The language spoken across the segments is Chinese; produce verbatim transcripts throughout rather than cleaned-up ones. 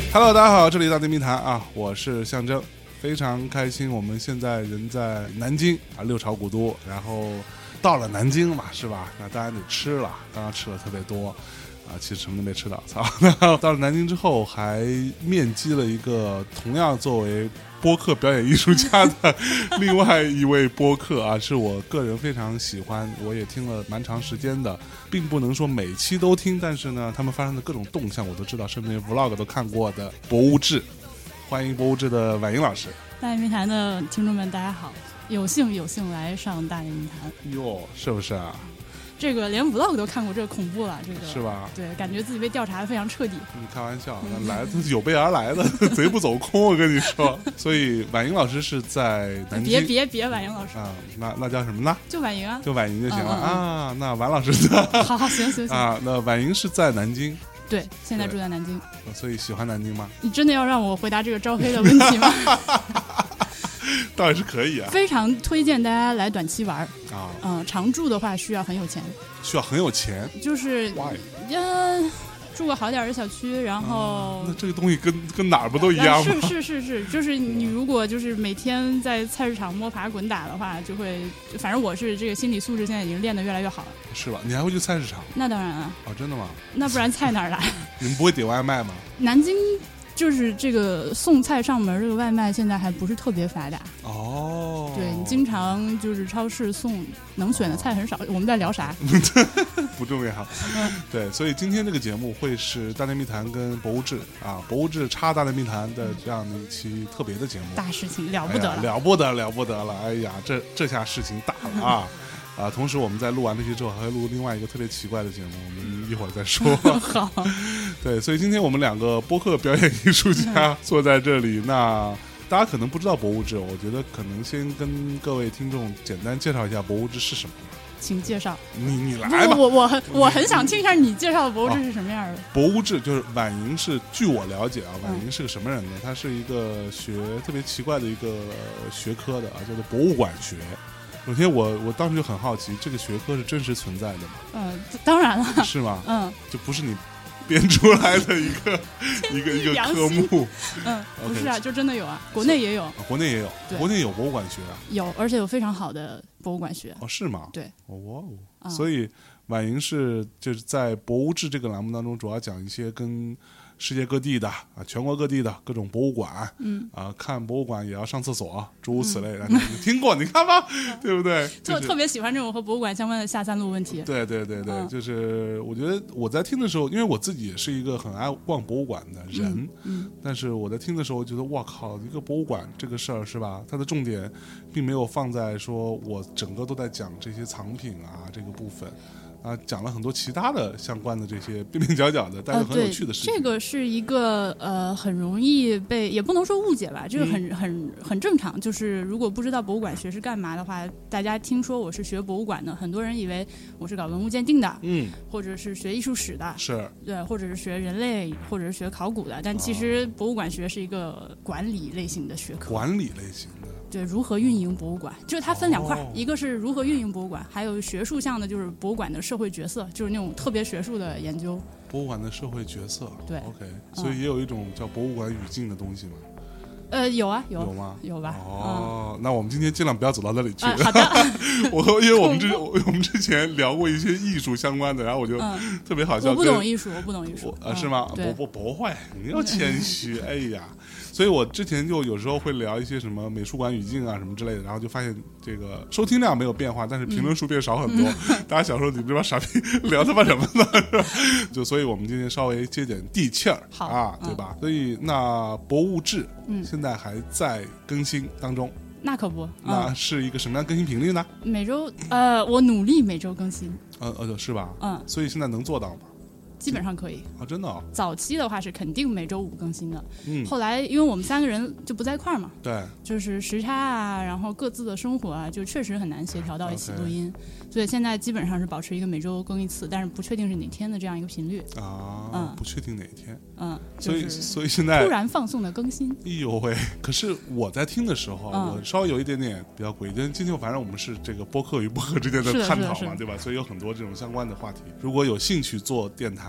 Hello， 大家好，这里大内密谈啊，我是象征，非常开心，我们现在人在南京啊，六朝古都，然后到了南京嘛，是吧？那当然得吃了，刚刚吃了特别多啊，其实什么都没吃到，操！到了南京之后，还面基了一个同样作为播客表演艺术家的另外一位播客啊，是我个人非常喜欢，我也听了蛮长时间的，并不能说每期都听，但是呢，他们发生的各种动向我都知道，甚至 vlog 都看过的博物志，欢迎博物志的婉莹老师。 大内密谈的听众们，大家好，有幸有幸来上大内密谈， 哟，是不是啊？ 这个连 vlog 都看过，这个恐怖了，这个是吧？ 对，感觉自己被调查的非常彻底。 你开玩笑，那来的有备而来的，贼不走空，我跟你说。所以婉莹老师是在南京， 别别别，婉莹老师啊，那那叫什么呢？ 就婉莹啊， 就婉莹就行了、 嗯嗯嗯啊。那婉老师的， 好好行行行啊，那婉莹是在南京， 对，现在住在南京。 所以喜欢南京吗？ 你真的要让我回答这个招黑的问题吗？ 当然是可以啊， 非常推荐大家来短期玩啊， 嗯，常住的话需要很有钱， 需要很有钱， 就是呃住个好点的小区，然后、 啊、那这个东西跟跟哪儿不都一样吗？ 是是是是，就是你如果就是每天在菜市场摸爬滚打的话，就会，反正我是这个心理素质现在已经练得越来越好了。 是吧？你还会去菜市场？ 那当然啊。 哦，真的吗？ 那不然菜哪儿来？ 你们不会点外卖吗？ 南京就是这个送菜上门这个外卖现在还不是特别发达哦。 对，你经常就是超市送能选的菜很少。哦、我们在聊啥？ 不重要。对，所以今天这个节目会是大内密谈跟博物志啊，博物志插大内密谈的这样的一期特别的节目。 大事情了不得了， 哎、了不得了不得了！哎呀，这这下事情大了啊！啊，同时我们在录完这期之后，还会录另外一个特别奇怪的节目，我们一会儿再说。 好， 对，所以今天我们两个播客表演艺术家坐在这里，那大家可能不知道博物志，我觉得可能先跟各位听众简单介绍一下博物志是什么。 请介绍。 你你来吧。 我我很我很想听一下你介绍的博物志是什么样的。 啊、博物志就是婉莹是，据我了解啊，婉莹是个什么人呢？她是一个学特别奇怪的一个学科的啊，叫做博物馆学。首先我我当时就很好奇，这个学科是真实存在的吗？ 嗯，当然了。 是吗？ 嗯， 就不是你编出来的一个一个一个科目。 嗯，不是啊，就真的有啊，国内也有， 啊、国内也有，国内有博物馆学啊， 有，而且有非常好的博物馆学。 哦，是吗？ 对， 哦哇哦、 嗯， 所以婉莹是就是在博物志这个栏目当中，主要讲一些跟世界各地的啊，全国各地的各种博物馆， 嗯啊，看博物馆也要上厕所，诸如此类的，嗯、你听过？你看吧，对不对？ 就、就是、特别喜欢这种和博物馆相关的下三路问题。 对对对对， 嗯、 就是我觉得我在听的时候，因为我自己也是一个很爱逛博物馆的人， 嗯，嗯但是我在听的时候觉得，哇靠，一个博物馆这个事儿是吧？它的重点并没有放在说我整个都在讲这些藏品啊这个部分。啊，讲了很多其他的相关的这些边边角角的，但是很有趣的事情。 呃、这个是一个呃，很容易被，也不能说误解吧，这个很、嗯、很很正常。就是如果不知道博物馆学是干嘛的话，大家听说我是学博物馆的，很多人以为我是搞文物鉴定的， 嗯， 或者是学艺术史的， 是对，或者是学人类，或者是学考古的。但其实博物馆学是一个管理类型的学科， 管理类型的。 对，如何运营博物馆，就是它分两块、 哦， 一个是如何运营博物馆，还有学术项的，就是博物馆的社会角色，就是那种特别学术的研究。 博物馆的社会角色， 对 ，OK， 所以也有一种叫博物馆语境的东西吗？ 呃，有啊，有有吗？ 有吧？ 哦、嗯，那我们今天尽量不要走到那里去。 呃、好的。 我因为我们之我们之前聊过一些艺术相关的，然后我就特别好笑。 嗯、我不懂艺术，我不懂艺术。 啊，是吗？ 嗯、 不不不会，你要谦虚。哎呀，所以我之前就有时候会聊一些什么美术馆语境啊什么之类的，然后就发现这个收听量没有变化，但是评论数变少很多。嗯、大家想说你这帮傻逼聊他妈什么呢？是吧？就所以我们今天稍微接点地气儿啊，对吧？嗯、所以那博物志，嗯，现在还在更新当中。 那可不， 那是一个什么样更新频率呢？ 每周呃，我努力每周更新。 呃呃，是吧？ 嗯， 所以现在能做到吗？ 基本上可以啊，真的、哦。 早期的话是肯定每周五更新的， 嗯， 后来因为我们三个人就不在一块儿嘛， 对， 就是时差啊，然后各自的生活啊，就确实很难协调到一起录音， okay. 所以现在基本上是保持一个每周更一次，但是不确定是哪天的这样一个频率啊，嗯，不确定哪天， 嗯， 所以所以现在突然放送的更新， 哎呦喂！可是我在听的时候，嗯、我稍微有一点点比较诡异，因为今天反正我们是这个播客与播客之间的探讨嘛，对吧？所以有很多这种相关的话题。如果有兴趣做电台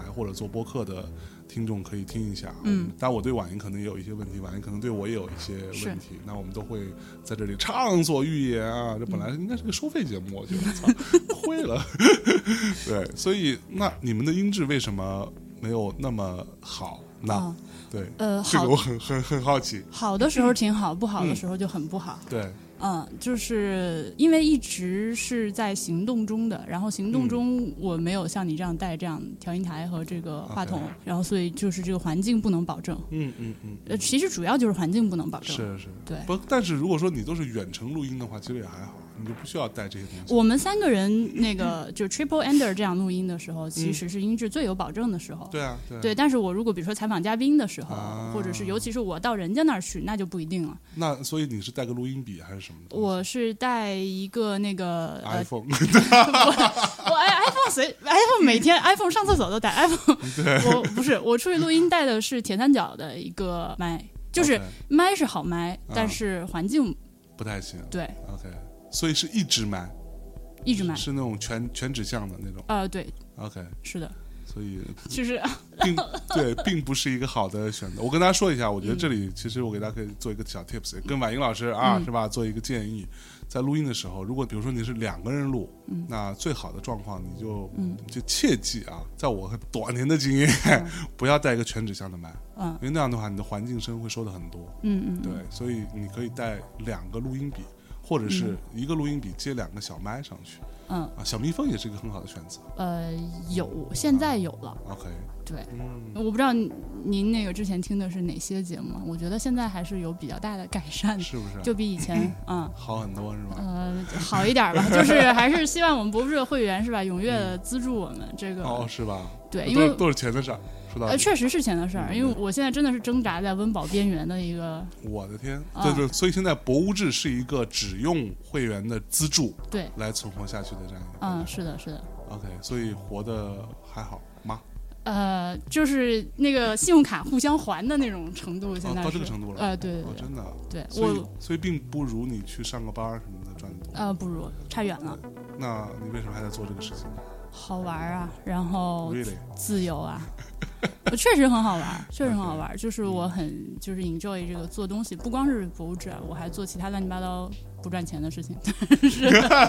台或者做播客的听众可以听一下。 嗯， 当然我对婉莹可能也有一些问题，婉莹可能对我也有一些问题，那我们都会在这里畅所欲言啊。这本来应该是个收费节目，我觉得操会了。对，所以那你们的音质为什么没有那么好呢？哦、对， 呃， 这个我很很很好奇。 好的时候挺好，不好的时候就很不好。 嗯、对。 嗯，就是因为一直是在行动中的，然后行动中我没有像你这样带这样调音台和这个话筒， okay. 然后所以就是这个环境不能保证。 嗯嗯嗯。 呃，其实主要就是环境不能保证。 是是。 对。 不，但是如果说你都是远程录音的话，其实也还好，你就不需要带这些东西。 我们三个人那个就 triple ender 这样录音的时候，其实是音质最有保证的时候。 嗯、对啊对啊。 对，但是我如果比如说采访嘉宾的时候，啊、或者是尤其是我到人家那儿去，那就不一定了。 那所以你是带个录音笔还是什么的？ 我是带一个那个 iPhone，、 呃、我, 我 iPhone 随 iPhone 每天 iPhone 上厕所都带 iPhone， 我不是我出去录音带的是铁三角的一个麦，就是麦是好麦， okay. 但是环境不太行。 对 ，OK， 所以是一支麦， 一支麦是那种全全指向的那种。 呃，对 ，OK， 是的。 所以其实并对并不是一个好的选择。我跟大家说一下，我觉得这里其实我给大家可以做一个小 tips，、嗯、跟婉莹老师啊、嗯、是吧，做一个建议。在录音的时候，如果比如说你是两个人录，嗯、那最好的状况你就、嗯、就切记啊，在我多年的经验，嗯、不要带一个全指向的麦，嗯，因为那样的话你的环境声会收的很多， 嗯嗯， 对，所以你可以带两个录音笔，或者是一个录音笔接两个小麦上去。 嗯啊，小蜜蜂也是一个很好的选择。 呃，有，现在有了。 啊、OK， 对、 嗯， 我不知道您那个之前听的是哪些节目，我觉得现在还是有比较大的改善， 是不是？ 就比以前嗯好很多是吧？ 呃，好一点吧，就是还是希望我们博士的会员是吧，踊跃的资助我们、嗯、这个。 哦，是吧？ 对，因为都是钱的事儿。 呃，确实是钱的事儿，因为我现在真的是挣扎在温饱边缘的一个。 我的天，对对，所以现在博物志是一个只用会员的资助， 对， 来存活下去的这样一个。 嗯，是的，是的。 OK， 所以活得还好吗？ 呃，就是那个信用卡互相还的那种程度，现在、 哦、到这个程度了。 呃，对对对、 哦，真的。 对， 所以我所以并不如你去上个班什么的赚的多。 呃，不如，差远了。 那你为什么还在做这个事情？ 好玩啊，然后 really? 自由啊，确实很好玩，确实很好玩。就是我很就是 enjoy 这个做东西，不光是博物志啊，我还做其他乱七八糟不赚钱的事情，是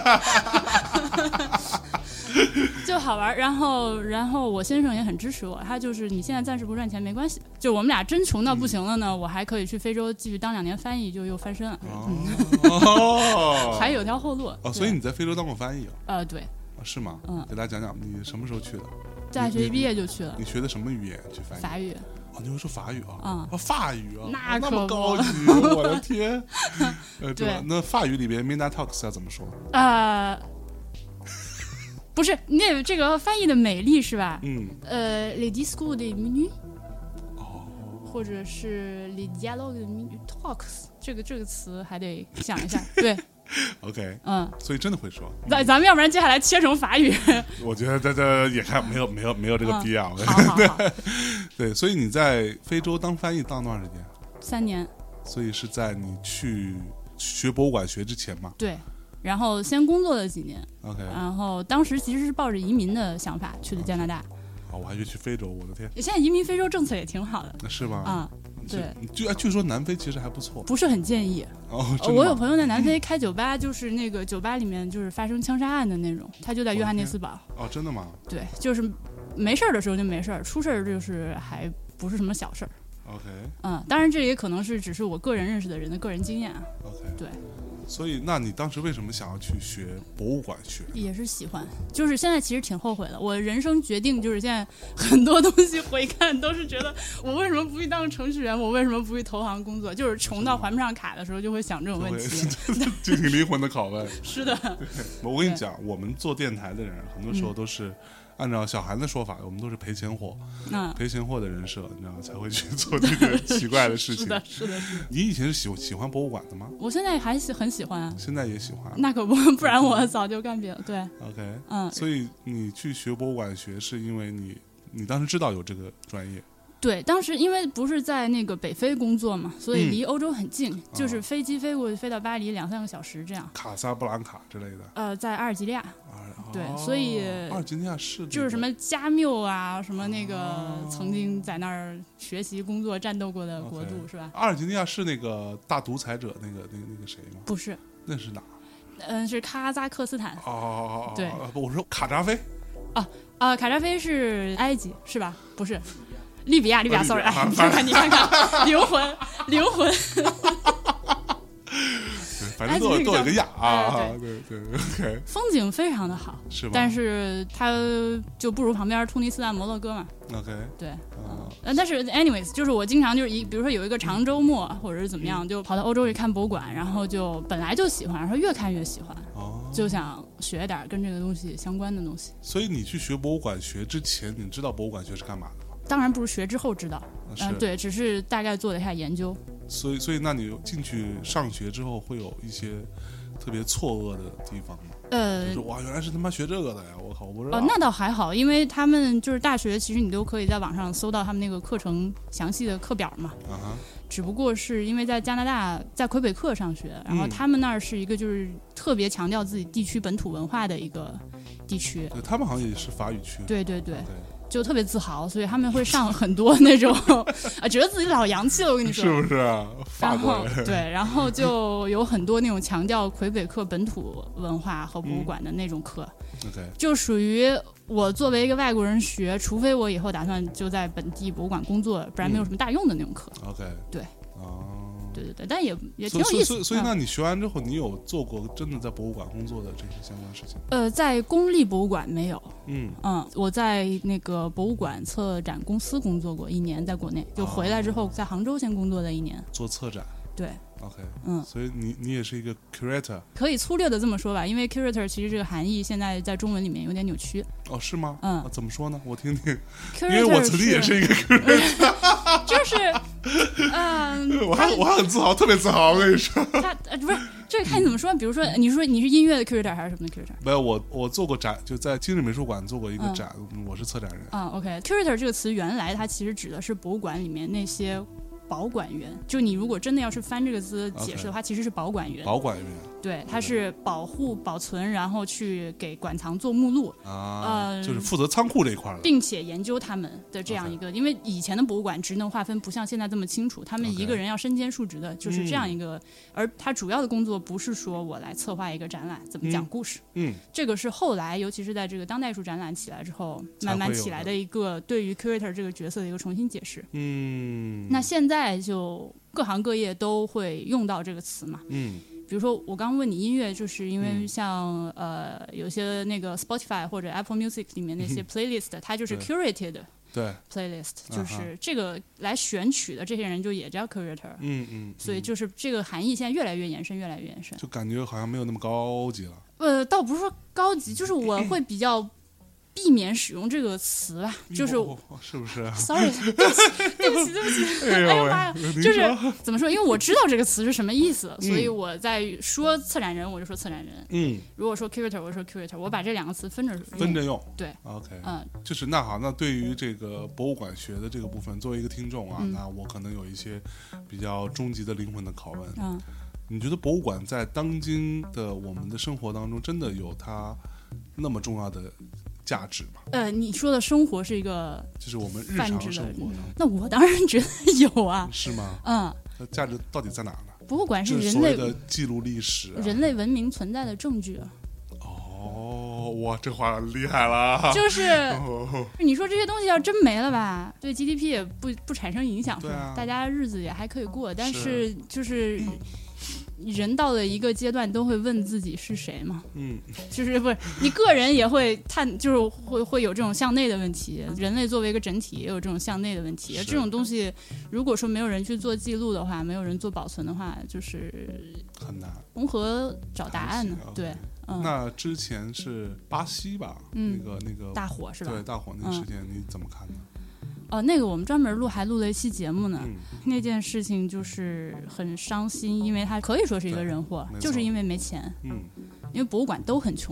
就好玩。然后，然后我先生也很支持我，他就是你现在暂时不赚钱没关系，就我们俩真穷到不行了呢，嗯、我还可以去非洲继续当两年翻译，就又翻身了。哦，还有条后路。 哦，所以你在非洲当过翻译啊？ 呃，对。 是吗？ 嗯， 给大家讲讲你什么时候去的？ 大学一毕业就去了。 你, 你学的什么语言去翻译？ 法语。 哦，你会说法语啊？ 嗯， 啊，法语啊， 那那么高级，我的天！呃，对吧？那法语里边 Mina Talks 要怎么说？ 呃，不是，那这个翻译的美丽是吧？ 嗯。 呃 ，les discours de minuit。 哦。 或者是 les dialogues de minuit talks， 这个这个词还得想一下，对。 OK， 嗯， 所以真的会说。 咱咱们要不然接下来切成法语？ 我觉得这这也看没有没有没有这个必要。 嗯、好好好。 对，所以你在非洲当翻译当多长时间？ 三年。 所以是在你去学博物馆学之前吗？ 对，然后先工作了几年。 OK， 然后当时其实是抱着移民的想法去的加拿大。 哦，我还以去非洲，我的天！ 现在移民非洲政策也挺好的。 那是吗？ 啊、嗯。对， 据据说南非其实还不错， 不是很建议。 哦， 我有朋友在南非开酒吧，就是那个酒吧里面就是发生枪杀案的那种，他就在约翰内斯堡。 哦，真的吗？ 对，就是没事儿的时候就没事儿，出事儿就是还不是什么小事儿。 OK， 嗯，当然这也可能是只是我个人认识的人的个人经验啊。 OK， 对。 所以，那你当时为什么想要去学博物馆学？ 也是喜欢，就是现在其实挺后悔的。我人生决定就是现在很多东西回看都是觉得，我为什么不去当程序员？我为什么不去投行工作？就是穷到还不上卡的时候，就会想这种问题， 进行灵魂的拷问。 是的， 我跟你讲，我们做电台的人，很多时候都是。按照小韩的说法，我们都是赔钱货，嗯，赔钱货的人设，你知道吗？才会去做这个奇怪的事情。 是的，是的，是的。 你以前是喜喜欢博物馆的吗？ 我现在还很喜欢啊。 现在也喜欢？ 那可不，不然我早就干别的。对 ，OK， 嗯。 所以你去学博物馆学，是因为你你当时知道有这个专业？ 对，当时因为不是在那个北非工作嘛，所以离欧洲很近，嗯、就是飞机飞过去飞到巴黎两三个小时这样。 卡萨布兰卡之类的。 呃，在阿尔及利亚。 啊、 对， 哦、 所以阿尔及利亚是、这个、 就是什么加缪啊，什么那个曾经在那儿学习、工作、战斗过的国度、 哦、 是吧？ 阿尔及利亚是那个大独裁者那个那个那个谁吗？ 不是， 那是哪？ 嗯，是哈萨克斯坦。 哦， 对， 我说卡扎菲。 啊啊，卡扎菲是埃及是吧？不是。利比亚，利比亚 ，sorry， 哎，你看看，你看看，灵魂，灵魂， 反正都有都有个亚啊，对对 ，OK， 风景非常的好， 是吧？ 但是它就不如旁边突尼斯啊、摩洛哥嘛 ，OK， 对，嗯，呃，但是 anyways， 就是我经常就是一，比如说有一个长周末或者是怎么样，就跑到欧洲去看博物馆，然后就本来就喜欢，然后越看越喜欢，哦，就想学点跟这个东西相关的东西。 所以你去学博物馆学之前，你知道博物馆学是干嘛的吗？ 当然不是学之后知道，嗯、呃，对，只是大概做了一下研究。 所以，所以那你进去上学之后，会有一些特别错愕的地方吗？呃，就是哇，原来是他妈学这个的呀！我靠，我不知道。 哦，那倒还好，因为他们就是大学，其实你都可以在网上搜到他们那个课程详细的课表嘛。啊哈。只不过是因为在加拿大，在魁北克上学，然后他们那儿是一个就是特别强调自己地区本土文化的一个地区。 对，他们好像也是法语区。 对对对。Okay.就特别自豪，所以他们会上很多那种啊，觉得自己老洋气了。我跟你说， 是不是啊？法国人。 对，然后就有很多那种强调魁北克本土文化和博物馆的那种课。 嗯、OK， 就属于我作为一个外国人学，除非我以后打算就在本地博物馆工作，不然没有什么大用的那种课。 嗯、OK， 对。 哦。 对对对，但也也挺有意思。 所以，所以，那你学完之后，你有做过真的在博物馆工作的这些相关事情？ 呃，在公立博物馆没有。 嗯嗯，我在那个博物馆策展公司工作过一年，在国内，就回来之后在杭州先工作了一年， 做策展。 对。 OK， 嗯， 所以你你也是一个 curator， 可以粗略的这么说吧，因为 curator 其实这个含义现在在中文里面有点扭曲。 哦，是吗？ 嗯， 啊、怎么说呢？我听听。 因为我曾经也是一个 curator， 就是，嗯、呃， 我还我还很自豪，特别自豪。我跟你说， 他呃不是这个看你怎么说，比如说你说你是音乐的 curator 还是什么的 curator？ 没有，我我做过展，就在今日美术馆做过一个展，嗯、我是策展人。 啊、嗯、，OK，curator 这个词原来它其实指的是博物馆里面那些保管员，就你如果真的要去翻这个字解释的话， okay, 其实是保管员。 保管员， 对，它是保护、保存，然后去给馆藏做目录啊、呃，就是负责仓库这一块的， 并且研究他们的这样一个。Okay. 因为以前的博物馆职能划分不像现在这么清楚，他们一个人要身兼数职的， okay. 就是这样一个。嗯、而他主要的工作不是说我来策划一个展览，怎么讲故事， 嗯，嗯这个是后来，尤其是在这个当代艺术展览起来之后，慢慢起来的一个对于 curator 这个角色的一个重新解释。 嗯， 那现在就各行各业都会用到这个词嘛， 嗯。 比如说，我刚刚问你音乐，就是因为像、嗯、呃有些那个 Spotify 或者 Apple Music 里面那些 playlist，、嗯、它就是 curated 对 playlist， 就是这个来选取的这些人就也叫 curator， 嗯嗯， 所以就是这个含义现在越来越延伸，越来越延伸， 就感觉好像没有那么高级了。 呃，倒不是说高级，就是我会比较避免使用这个词吧，就是、 哦、是不是、啊、 ？Sorry， 对不起，对不起，对不起，哎呦妈呀！就是怎么说？因为我知道这个词是什么意思，嗯、所以我在说策展人，我就说策展人。嗯，如果说 curator， 我就说 curator， 我把这两个词分着用分着用。 对 ，OK， 嗯， 就是那好，那对于这个博物馆学的这个部分，作为一个听众啊，嗯、那我可能有一些比较终极的灵魂的拷问。嗯，你觉得博物馆在当今的我们的生活当中，真的有它那么重要的价值吗？ 呃，你说的生活是一个， 就是我们日常生活的。 那我当然觉得有啊。 是吗？ 嗯。 那价值到底在哪呢？ 博物馆是人类的记录历史、啊， 人类文明存在的证据。 哦，哇，这话厉害了。 就是、哦、你说这些东西要真没了吧，对 G D P 也不不产生影响， 对啊， 大家日子也还可以过。但是就是人到了一个阶段都会问自己是谁嘛，嗯，就是不是你个人也会探，就是会会有这种向内的问题。人类作为一个整体也有这种向内的问题。这种东西如果说没有人去做记录的话，没有人做保存的话，就是很难。 从何找答案呢？对。 嗯、那之前是巴西吧，嗯、那个那个大火是吧？ 对，大火那个事件、嗯、你怎么看呢？ 哦，那个我们专门录还录了一期节目呢、嗯。那件事情就是很伤心，因为它可以说是一个人祸，就是因为没钱。嗯，因为博物馆都很穷，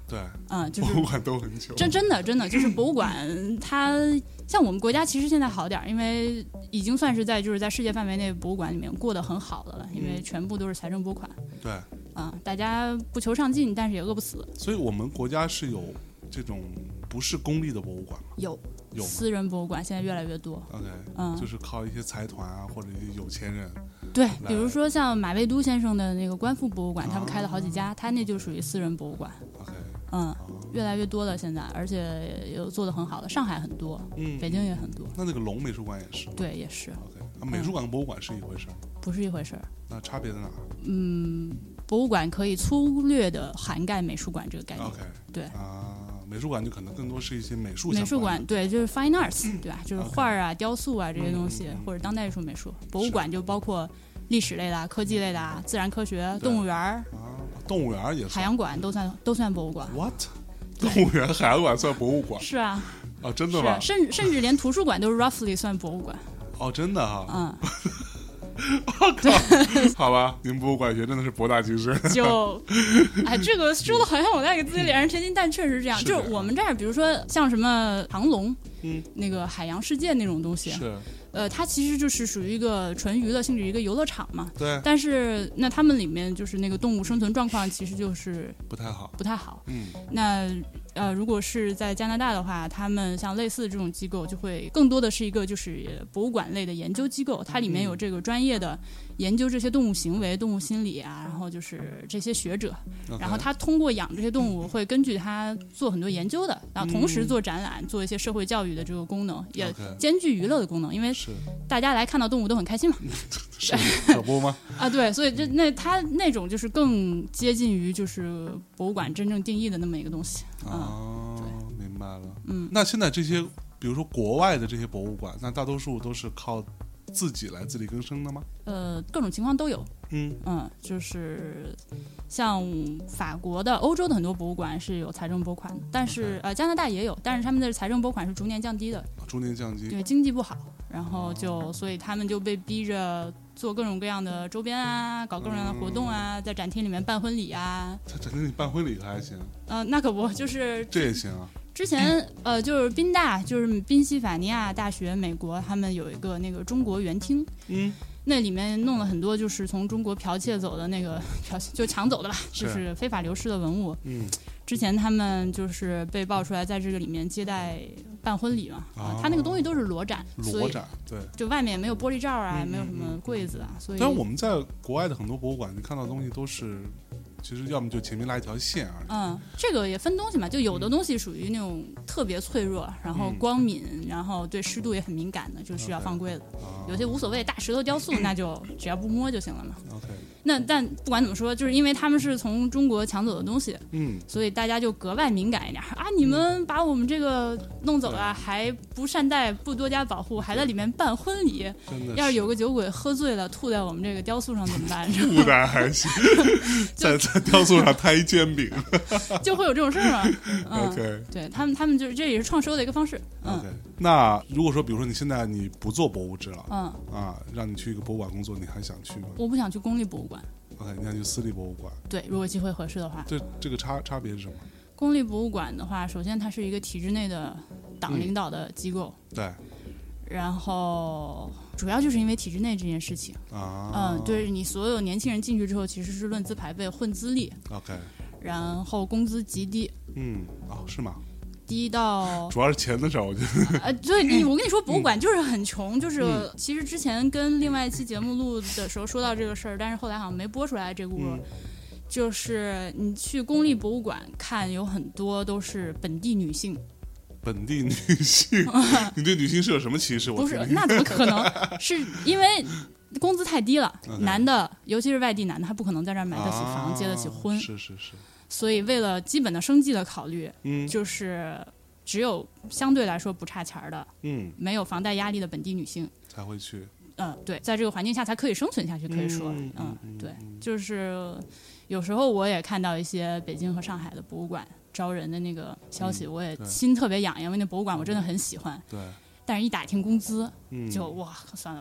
对， 嗯，就是博物馆都很久， 真真的真的就是博物馆，它像我们国家其实现在好点儿，因为已经算是在就是在世界范围内博物馆里面过得很好的了，因为全部都是财政拨款。 对， 啊、嗯，大家不求上进，但是也饿不死。 所以我们国家是有这种不是公立的博物馆吗？ 有， 有私人博物馆现在越来越多。 OK， 嗯， 就是靠一些财团啊或者一些有钱人。 对，比如说像马未都先生的那个观复博物馆，他们开了好几家，他那就属于私人博物馆。 OK， 嗯，越来越多了现在，而且有做得很好的，上海很多，嗯，北京也很多。 那那个龙美术馆也是？ 对，也是。 OK， 啊，美术馆跟博物馆是一回事？ 不是一回事。 那差别在哪？ 嗯，博物馆可以粗略的涵盖美术馆这个概念。 OK， 对啊。美术馆就可能更多是一些美术美术馆，对，就是 fine arts，、嗯、对吧？就是画啊、okay. 雕塑啊这些东西、嗯，或者当代艺术美术。博物馆就包括历史类的、科技类的、自然科学、动物园啊， 动物园也海洋馆都算都算博物馆。 What？ 动物园、海洋馆算博物馆？ 是啊。 啊，真的吗？ 甚甚至连图书馆都是 roughly 算博物馆。 哦，真的哈。 嗯。 我靠，好吧，您博物馆学真的是博大精深。 就，哎，这个说的好像我在给自己脸上贴金，但确实是这样。是就是我们这儿，比如说像什么航龙，嗯，那个海洋世界那种东西， 是， 呃，它其实就是属于一个纯娱乐性质一个游乐场嘛。 对。 但是那他们里面就是那个动物生存状况其实就是不太好， 不太好。 嗯。 那。呃，如果是在加拿大的话，他们像类似的这种机构，就会更多的是一个就是博物馆类的研究机构，它里面有这个专业的研究这些动物行为、动物心理啊，然后就是这些学者， okay. 然后他通过养这些动物，会根据它做很多研究的，然后同时做展览，做一些社会教育的这个功能，也兼具娱乐的功能，因为大家来看到动物都很开心嘛。 是可不吗？ 啊，对，所以这那它那种就是更接近于就是博物馆真正定义的那么一个东西。嗯哦，明白了。 嗯， 那现在这些，比如说国外的这些博物馆，那大多数都是靠自己来自力更生的吗？ 呃，各种情况都有。 嗯嗯，就是像法国的、欧洲的很多博物馆是有财政拨款，但是、okay. 呃加拿大也有，但是他们的财政拨款是逐年降低的。 逐年降低， 对，经济不好，然后就、哦、所以他们就被逼着做各种各样的周边啊，搞各种各样的活动啊，嗯、在展厅里面办婚礼啊。 在展厅里办婚礼还行？ 呃，那可不，就是这也行啊。 之前呃，就是宾大，就是宾夕法尼亚大学，美国，他们有一个那个中国园厅， 嗯， 那里面弄了很多就是从中国剽窃走的那个剽窃就抢走的吧， 是就是非法流失的文物。 嗯， 之前他们就是被爆出来在这个里面接待办婚礼嘛，啊，他那个东西都是裸展， 裸展，对， 就外面也没有玻璃罩啊，也没有什么柜子啊，所以。 但我们在国外的很多博物馆，你看到的东西都是。其实要么就前面拉一条线而已。 嗯，这个也分东西嘛，就有的东西属于那种特别脆弱，然后光敏，然后对湿度也很敏感的，就需要放柜子。Okay. 有些无所谓，大石头雕塑那就只要不摸就行了嘛。 OK。 那但不管怎么说，就是因为他们是从中国抢走的东西， 嗯， 所以大家就格外敏感一点啊！你们把我们这个弄走了，还不善待，不多加保护，还在里面办婚礼， 真的要是有个酒鬼喝醉了吐在我们这个雕塑上怎么办？ 吐的还行，在在雕塑上摊一煎饼， 就会有这种事儿嘛。嗯、 OK， 对他们，他们就是这也是创收的一个方式。嗯、 OK， 那如果说，比如说你现在你不做博物志了， 嗯啊，让你去一个博物馆工作，你还想去吗？ 我不想去公立博物馆。 OK， 你想去私立博物馆？ 对，如果机会合适的话。 这这个差差别是什么？ 公立博物馆的话，首先它是一个体制内的党领导的机构， 嗯、对。 然后主要就是因为体制内这件事情啊， 嗯，对你所有年轻人进去之后，其实是论资排辈、混资历 ，OK， 然后工资极低， 嗯，哦，是吗？ 低到主要是钱的事儿，我觉得。 呃，对你，我跟你说，博物馆就是很穷，嗯、就是其实之前跟另外一期节目录的时候说到这个事儿，但是后来好像没播出来这轱辘。嗯、就是你去公立博物馆看，有很多都是本地女性。 本地女性，你对女性是有什么歧视？ 不是，那怎么可能？是因为工资太低了， okay. 男的，尤其是外地男的，他不可能在这儿买得起房、 啊、 结得起婚。 是是是。 所以为了基本的生计的考虑， 嗯， 就是只有相对来说不差钱的， 嗯， 没有房贷压力的本地女性才会去。 嗯、呃，对，在这个环境下才可以生存下去，可以说， 嗯， 嗯嗯对，就是有时候我也看到一些北京和上海的博物馆招人的那个消息， 嗯、 我也心特别痒痒，因为那博物馆我真的很喜欢。 对。 但是一打听工资， 嗯、 就哇，算了吧。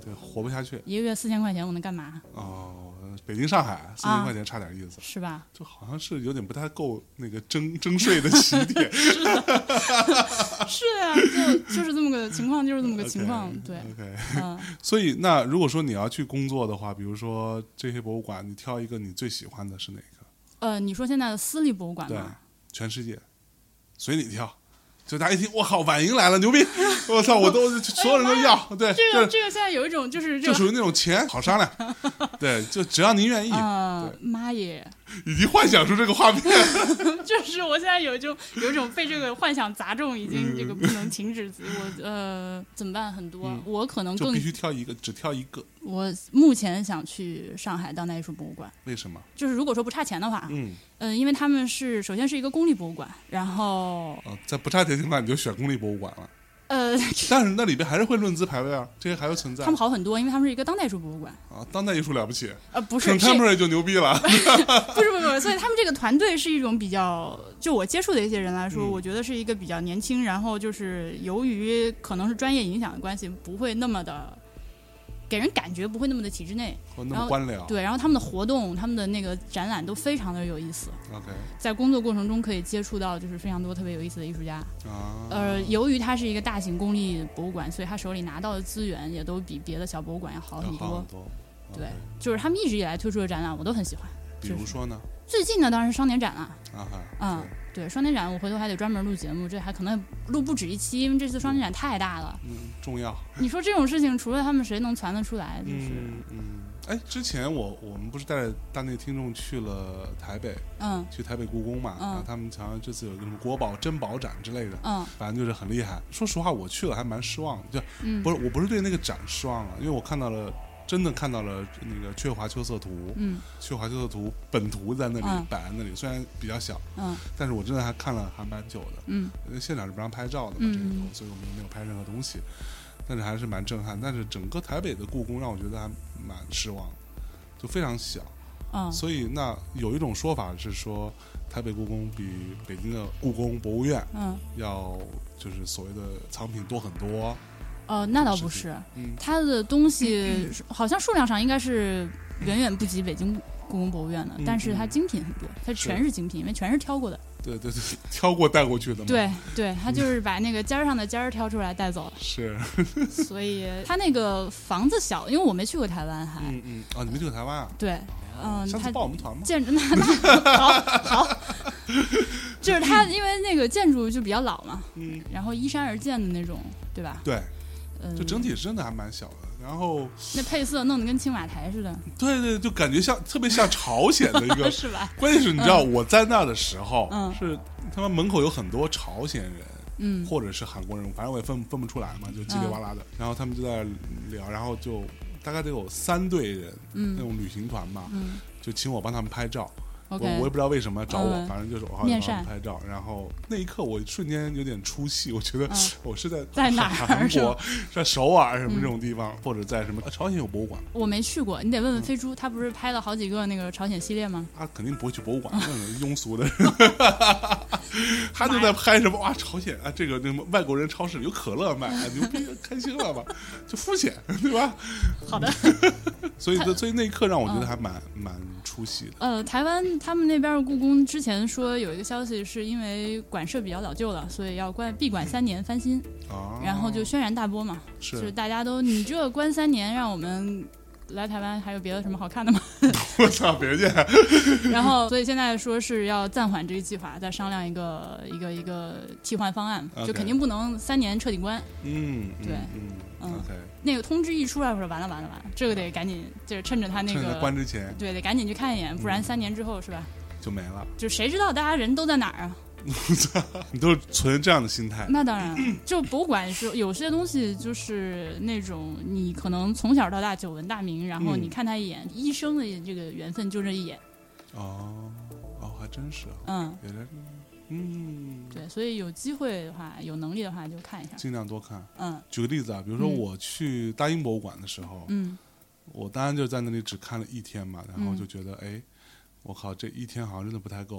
对，活不下去。 一个月四千块钱，我能干嘛？ 哦，北京、上海四千块钱差点意思， 啊、是吧？ 就好像是有点不太够那个征征税的起点。 是的，是啊，就就是这么个情况，就是这么个情况。 Okay, 对 ，OK， 嗯。 所以那如果说你要去工作的话，比如说这些博物馆，你挑一个你最喜欢的是哪个？ 呃，你说现在的私立博物馆吗？ 对，全世界随你挑。就大家一听，我靠，晚莹来了，牛逼！我操，我都所有人都要。对， 这个这个现在有一种就是这个，就属于那种钱好商量。对，就只要您愿意。 呃，妈耶！ 已经幻想出这个画面。 就是我现在有一种有一种被这个幻想砸中，已经这个不能停止。我呃怎么办？很多，嗯、我可能更就必须挑一个，只挑一个。 我目前想去上海当代艺术博物馆。 为什么？ 就是如果说不差钱的话， 嗯嗯、呃，因为他们是首先是一个公立博物馆，然后、 哦、在不差钱的情况下你就选公立博物馆了。 呃， 但是那里边还是会论资排辈啊，这些还会存在。 他们好很多，因为他们是一个当代艺术博物馆啊，当代艺术了不起。 呃，不是 ，contemporary 就牛逼了。 不是不是不是，所以他们这个团队是一种比较，就我接触的一些人来说， 嗯、 我觉得是一个比较年轻，然后就是由于可能是专业影响的关系，不会那么的。给人感觉不会那么的体制内， 那么官僚。 对，然后他们的活动、他们的那个展览都非常的有意思。 OK， 在工作过程中可以接触到就是非常多特别有意思的艺术家。 啊， 呃，由于它是一个大型公立博物馆，所以他手里拿到的资源也都比别的小博物馆要好很多。 好很多。 对，就是他们一直以来推出的展览我都很喜欢。 比如说呢？ 最近的当然是双年展了。 啊哈。 嗯。对，双年展我回头还得专门录节目，这还可能录不止一期，因为这次双年展太大了。 嗯，重要。 你说这种事情，除了他们谁能传得出来？就是， 嗯嗯。哎，之前我我们不是带着大内听众去了台北， 嗯， 去台北故宫嘛， 嗯， 然后他们好像这次有一个什么国宝珍宝展之类的， 嗯， 反正就是很厉害。说实话，我去了还蛮失望的，就、 嗯、 不是我不是对那个展失望了，因为我看到了。真的看到了那个缺华秋色图， 嗯， 缺华秋色图本图在那里、嗯、摆在那里，虽然比较小， 嗯， 但是我真的还看了还蛮久的， 嗯， 因为现场是不让拍照的嘛， 嗯、 这个图，所以我们没有拍任何东西，但是还是蛮震撼。但是整个台北的故宫让我觉得还蛮失望，就非常小， 嗯， 所以那有一种说法是说，台北故宫比北京的故宫博物院， 嗯， 要就是所谓的藏品多很多。 哦，那倒不是， 嗯， 它的东西好像数量上应该是远远不及北京故宫博物院的， 嗯、 但是它精品很多，它全是精品，因为全是挑过的。 对对对，挑过带过去的嘛。 对对，他就是把那个尖上的尖儿挑出来带走了。 是， 所以他那个房子小，因为我没去过台湾，还嗯嗯啊，你没去过台湾啊？ 对，嗯， 下次报我们团吗？ 建筑那那好好，就是他因为那个建筑就比较老嘛， 嗯， 然后依山而建的那种，对吧？ 对。 嗯， 就整体真的还蛮小的，然后那配色弄得跟青瓦台似的。 对对，就感觉像特别像朝鲜的一个， 是吧？ 关键是你知道、嗯、我在那的时候， 嗯， 是他们门口有很多朝鲜人， 嗯， 或者是韩国人，反正我也分分不出来嘛，就叽里哇啦的。嗯、然后他们就在聊，然后就大概得有三队人， 嗯， 那种旅行团嘛， 嗯， 就请我帮他们拍照。 Okay, 我我也不知道为什么找我， 嗯、 反正就是我帮他们拍照。然后那一刻我瞬间有点出戏，我觉得我是在在哪儿？ 韩国，在首尔什么这种地方，嗯、或者在什么朝鲜有博物馆。 我没去过，你得问问飞猪，嗯、他不是拍了好几个那个朝鲜系列吗？ 他肯定不会去博物馆，那种庸俗的人。他就在拍什么哇，朝鲜啊，这个那么外国人超市有可乐卖，牛逼，开心了吧？就肤浅，对吧？ 好的。 所以，所以那一刻让我觉得还蛮、嗯、蛮出戏的。 呃，台湾他们那边的故宫之前说有一个消息，是因为馆舍比较老旧了，所以要关闭馆三年翻新， 哦、 然后就轩然大波嘛， 是就是大家都你这关三年，让我们来台湾还有别的什么好看的吗？ 我操，别介。 然后，所以现在说是要暂缓这个计划，再商量一个一个一个替换方案， okay. 就肯定不能三年彻底关。 嗯， 对， 嗯嗯 ，OK。 那个通知一出来，我说完了完了完了，这个得赶紧，就是趁着他那个趁着关之前， 对，得赶紧去看一眼，不然三年之后、嗯、是吧？ 就没了。 就谁知道大家人都在哪儿啊？ 你都是存这样的心态？ 那当然，就博物馆是有些东西就是那种你可能从小到大久闻大名，然后你看他一眼，嗯、一生的这个缘分就这一眼。 哦哦，还真是。 嗯， 原来是。嗯， 对，所以有机会的话，有能力的话就看一下， 尽量多看。 嗯， 举个例子啊，比如说我去大英博物馆的时候， 嗯， 我当然就在那里只看了一天嘛，然后就觉得，哎、嗯，我靠，这一天好像真的不太够。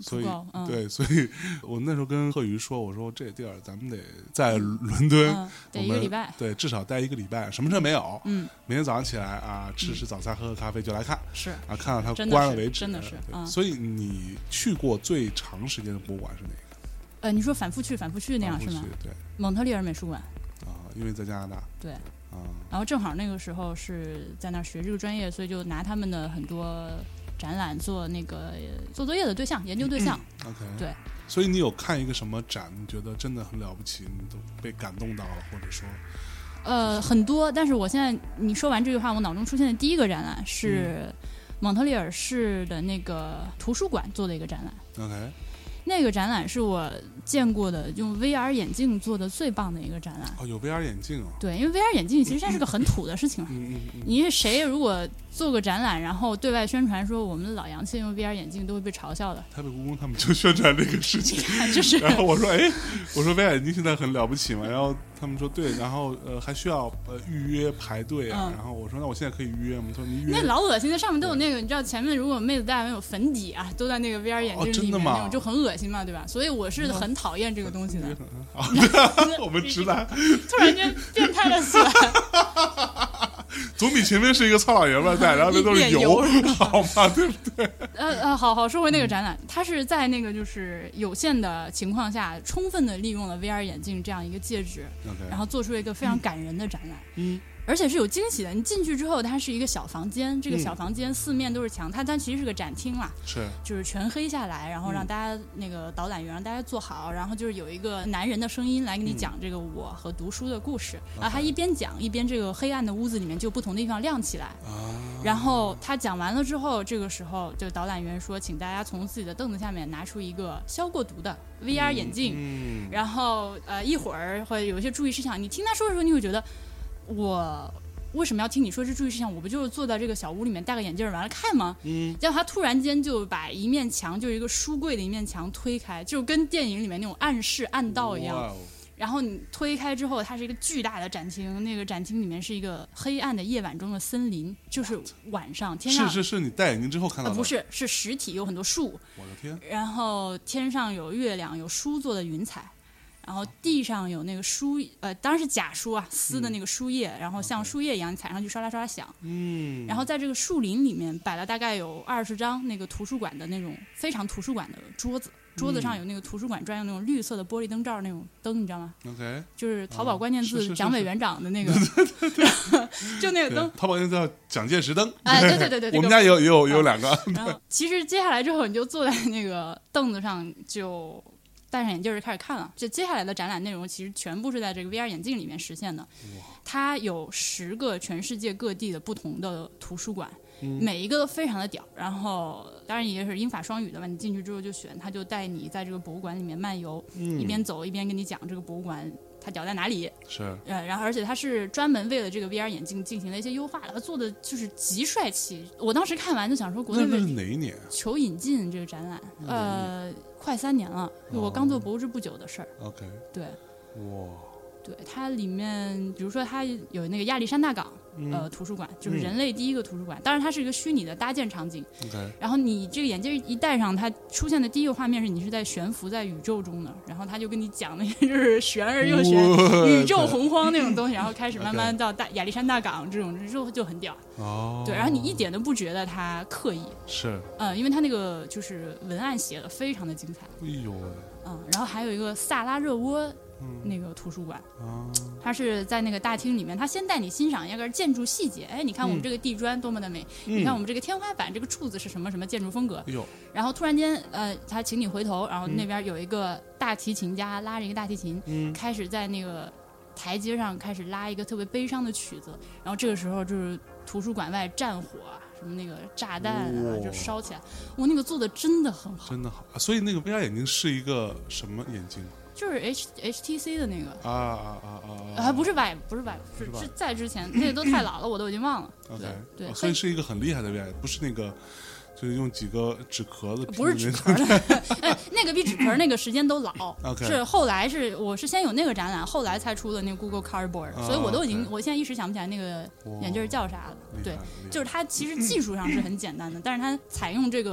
所以、 嗯、 对，所以我那时候跟贺瑜说，我说这地儿咱们得在伦敦、 嗯、得一个礼拜， 对，至少待一个礼拜，什么事没有。 嗯， 每天早上起来啊，吃吃早餐，喝喝咖啡就来看， 是啊，看到它关了为止， 真的是。嗯、 所以你去过最长时间的博物馆是哪个？ 呃，你说反复去反复去那样是吗？ 对， 蒙特利尔美术馆。 啊，因为在加拿大。 对。 啊， 然后正好那个时候是在那儿学这个专业，所以就拿他们的很多展览做那个做作业的对象，研究对象。 嗯、OK。 对。 所以你有看一个什么展，你觉得真的很了不起，你都被感动到了，或者说？ 呃，很多。但是我现在你说完这句话，我脑中出现的第一个展览是蒙特利尔市的那个图书馆做的一个展览。 OK。 那个展览是我见过的用 V R 眼镜做的最棒的一个展览。 哦，有 V R 眼镜哦。 对，因为 V R 眼镜其实现在是个很土的事情。 嗯嗯嗯。 你谁如果做个展览，然后对外宣传说我们的老洋气用 V R 眼镜，都会被嘲笑的。 台北故宫他们就宣传这个事情， 就是。 然后我说，哎，我说 V R 眼镜现在很了不起嘛，然后他们说对，然后呃还需要呃预约排队啊、嗯，然后我说那我现在可以预约吗？说你预约。 那老恶心的，上面都有那个，你知道前面如果妹子戴完有粉底啊，都在那个 V R 眼镜里面、哦、真的吗？那种就很恶心嘛，对吧？所以我是很讨厌这个东西的。 好，我们直男突然间变态了起来。 总比前面是一个糙老爷们戴，然后那都是油，好吗？对不对？ 呃呃，好好说回那个展览，嗯、它是在那个就是有限的情况下，充分的利用了 V R 眼镜这样一个介质， okay. 然后做出了一个非常感人的展览。 嗯。 而且是有惊喜的，你进去之后，它是一个小房间，这个小房间四面都是墙，它它其实是个展厅啦， 是， 就是全黑下来，然后让大家、嗯、那个导览员让大家坐好，然后就是有一个男人的声音来给你讲这个我和读书的故事，嗯、然后他一边讲一边这个黑暗的屋子里面就不同的地方亮起来，啊、然后他讲完了之后，这个时候这个导览员说，请大家从自己的凳子下面拿出一个消过毒的 V R 眼镜， 嗯嗯、 然后呃一会儿会有一些注意事项，你听他说的时候，你会觉得。我为什么要听你说这注意事项？我不就是坐在这个小屋里面戴个眼镜完了看吗？嗯，结果他突然间就把一面墙，就是一个书柜的一面墙推开，就跟电影里面那种暗室暗道一样。 哇哦！ 然后你推开之后，它是一个巨大的展厅，那个展厅里面是一个黑暗的夜晚中的森林，就是晚上天上。 是是是，你戴眼镜之后看到的、 呃？不是，是实体，有很多树。 我的天！ 然后天上有月亮，有书做的云彩。然后地上有那个书，呃，当然是假书啊，撕的那个书叶，嗯、然后像树叶一样，你踩上去刷啦刷啦响。嗯。然后在这个树林里面摆了大概有二十张那个图书馆的那种非常图书馆的桌子，桌子上有那个图书馆专用那种绿色的玻璃灯罩那种灯，你知道吗 ？OK。 就是淘宝关键字蒋委员长的那个，就那个灯。 淘宝关键字叫蒋介石灯。 哎，对对对对， 我们家也有也有也有两个。 然后其实接下来之后，你就坐在那个凳子上就。戴上眼镜就开始看了，这接下来的展览内容其实全部是在这个 V R 眼镜里面实现的。它有十个全世界各地的不同的图书馆，嗯、每一个都非常的屌。然后当然也是英法双语的嘛，你进去之后就选，他就带你在这个博物馆里面漫游，嗯、一边走一边跟你讲这个博物馆它屌在哪里。 是， 呃，然后而且它是专门为了这个 V R 眼镜进行了一些优化的，它做的就是极帅气。我当时看完就想说，国内那是哪一年？ 求引进这个展览，呃。快三年了，我刚做博物志不久的事儿。 OK， 对， 哇， 对，它里面，比如说它有那个亚历山大港、嗯、呃图书馆，就是人类第一个图书馆，嗯、当然它是一个虚拟的搭建场景。 OK， 然后你这个眼镜一戴上，它出现的第一个画面是你是在悬浮在宇宙中的，然后他就跟你讲那个就是悬而又悬、宇宙洪荒那种东西，然后开始慢慢到大亚历山大港这种就就很屌。哦，对，然后你一点都不觉得它刻意， 是， 嗯，因为它那个就是文案写的非常的精彩。 哎呦， 嗯，然后还有一个萨拉热窝。那个图书馆，嗯、它是在那个大厅里面，它先带你欣赏一个建筑细节。哎，你看我们这个地砖多么的美，嗯、你看我们这个天花板这个柱子是什么什么建筑风格。 哎、 然后突然间，呃，他请你回头，然后那边有一个大提琴家拉着一个大提琴，嗯、开始在那个台阶上开始拉一个特别悲伤的曲子。然后这个时候就是图书馆外战火啊。什么那个炸弹啊，就烧起来，我那个做的真的很好， 真的好。所以那个 V R 眼镜是一个什么眼镜？ 就是 H H T C 的那个啊啊啊啊！ 还不是 Vive， 不是 Vive， 是是在之前，那个都太老了，我都已经忘了。 OK， 对，对所以是一个很厉害的 V R， 不是那个。就是用几个纸壳子， 不是纸壳的，哎，那个比纸壳那个时间都老。 okay. 是后来是我是先有那个展览，后来才出的那个 Google Cardboard，、哦、所以我都已经， okay. 我现在一时想不起来那个眼镜叫啥了。对，就是它其实技术上是很简单的，但是它采用这个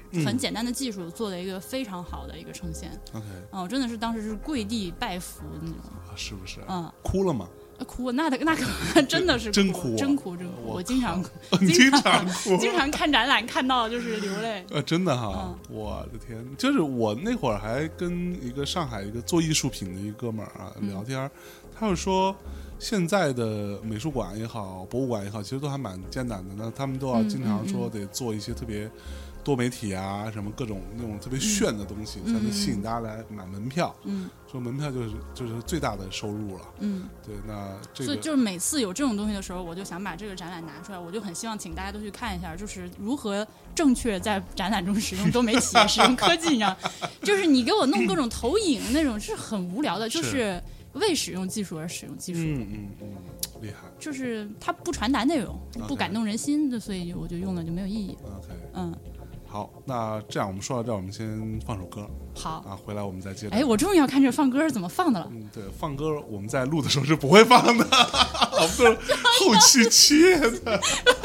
很简单的技术做了一个非常好的一个呈现。 OK， 嗯，我真的是当时是跪地拜服的那种， 啊、是不是？ 嗯， 哭了吗？ 哭，那那可真的是哭真哭、啊， 真哭，真哭！我经常哭， 经常哭， 经常看展览看到就是流泪。 呃，真的哈， 嗯、 我的天！就是我那会儿还跟一个上海一个做艺术品的一个哥们儿啊聊天，嗯、他就说现在的美术馆也好，博物馆也好，其实都还蛮艰难的。那他们都要经常说得做一些特别多媒体啊，什么各种那种特别炫的东西，嗯、才能吸引大家来买门票。嗯，说门票就是就是最大的收入了。嗯，对，那这个所以就是每次有这种东西的时候，我就想把这个展览拿出来，我就很希望请大家都去看一下，就是如何正确在展览中使用多媒体、使用科技，你知道，就是你给我弄各种投影那种是很无聊的，就是为使用技术而使用技术。 嗯嗯嗯，厉害。 就是它不传达内容，不感动人心的，所以我就用了就没有意义。 OK， 嗯。 好，那这样我们说到这儿，我们先放首歌。 好啊，回来我们再接着。 哎，我终于要看这放歌是怎么放的了。 嗯，对，放歌我们在录的时候是不会放的，我们都是后期切的。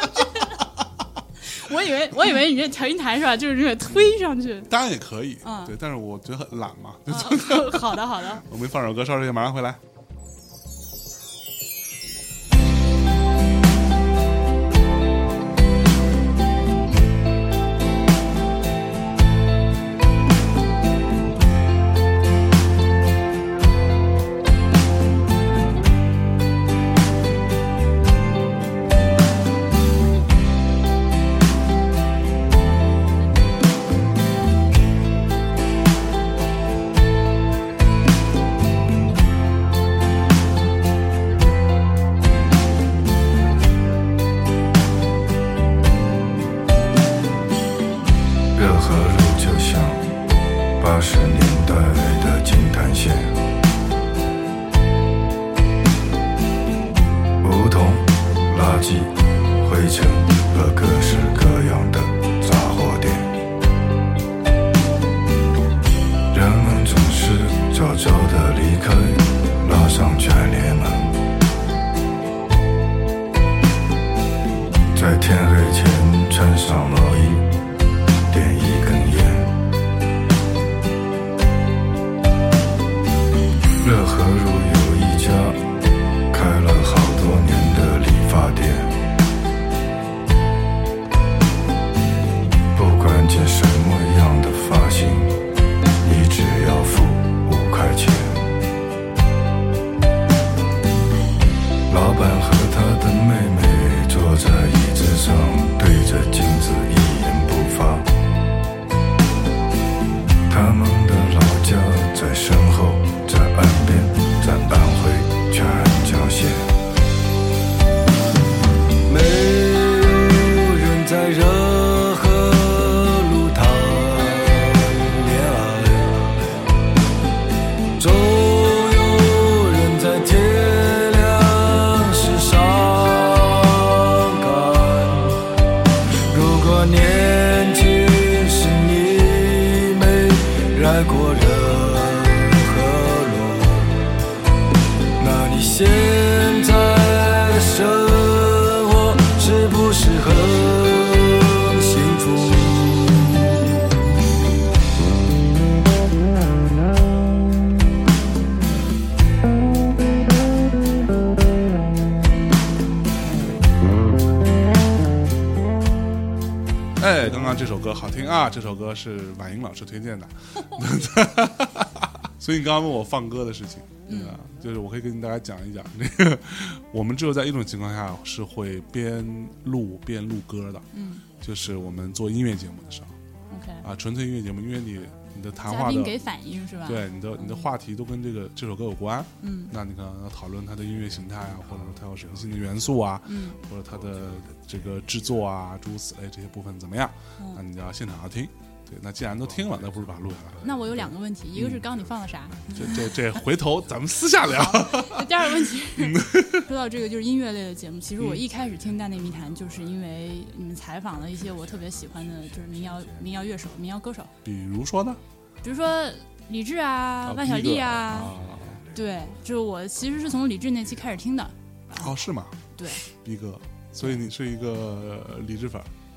我以为我以为你这调音台是吧？就是这个推上去。 当然也可以， 嗯， 对，但是我觉得很懒嘛。 嗯、好的好的， 我们放首歌，稍事马上回来。哎，刚刚这首歌好听啊！这首歌是婉莹老师推荐的，所以你刚刚问我放歌的事情，对吧？嗯、就是我可以跟大家讲一讲，这个我们只有在一种情况下是会边录边录歌的，嗯，就是我们做音乐节目的时候 ，OK 啊，纯粹音乐节目，因为你你的谈话的嘉宾给反应是吧？ 对，你的你的话题都跟这个这首歌有关，嗯，那你可能要讨论它的音乐形态啊，或者说它有什么新的元素啊，嗯，或者它的这个制作啊，诸如此类这些部分怎么样？嗯、那你要现场要听。对，那既然都听了，那不如把它录下来。 那我有两个问题，一个是刚刚你放了啥？ 这这这，回头咱们私下聊。 第二个问题，说到这个就是音乐类的节目，其实我一开始听《大内密谈》，就是因为你们采访了一些我特别喜欢的，就是民谣民谣乐手、民谣歌手。 比如说呢？ 比如说李志啊、万晓利啊，对，就我其实是从李志那期开始听的。 哦，是吗？ 对， 逼哥，所以你是一个李志粉。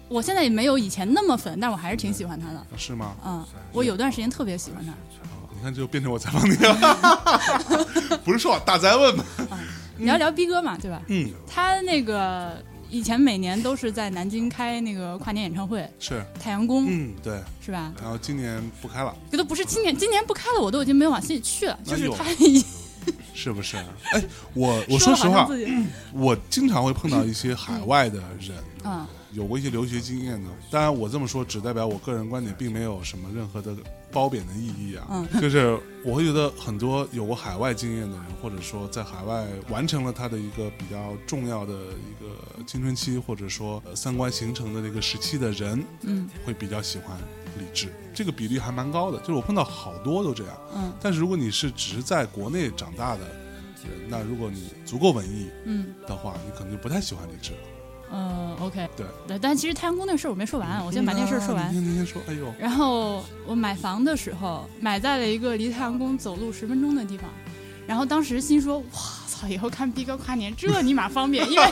我现在也没有以前那么粉，但我还是挺喜欢他的。 是吗？ 嗯，我有段时间特别喜欢他。 你看，就变成我采访你了，不是说大灾问吗？ 啊，你要聊逼哥嘛，对吧？ 嗯， 他那个以前每年都是在南京开那个跨年演唱会， 是太阳宫， 嗯，对， 是吧？ 然后今年不开了， 这都不是今年，今年不开了，我都已经没有往心里去了。就是他， 是不是？哎，我我说实话，我经常会碰到一些海外的人， 嗯， 有过一些留学经验的。当然，我这么说只代表我个人观点，并没有什么任何的褒贬的意义啊。 嗯， 就是我会觉得很多有过海外经验的人，或者说在海外完成了他的一个比较重要的一个青春期，或者说三观形成的这个时期的人， 嗯， 会比较喜欢李志，这个比例还蛮高的。就是我碰到好多都这样。 嗯， 但是如果你是只是在国内长大的人，那如果你足够文艺，嗯的话，你可能就不太喜欢李志了。 嗯 ，OK， 对对，但其实太阳宫那个事儿我没说完，我先把那个事儿说完。 你先，你先说。哎呦， 然后我买房的时候买在了一个离太阳宫走路十分钟的地方，然后当时心说，哇操，以后看逼哥跨年这尼玛方便，因为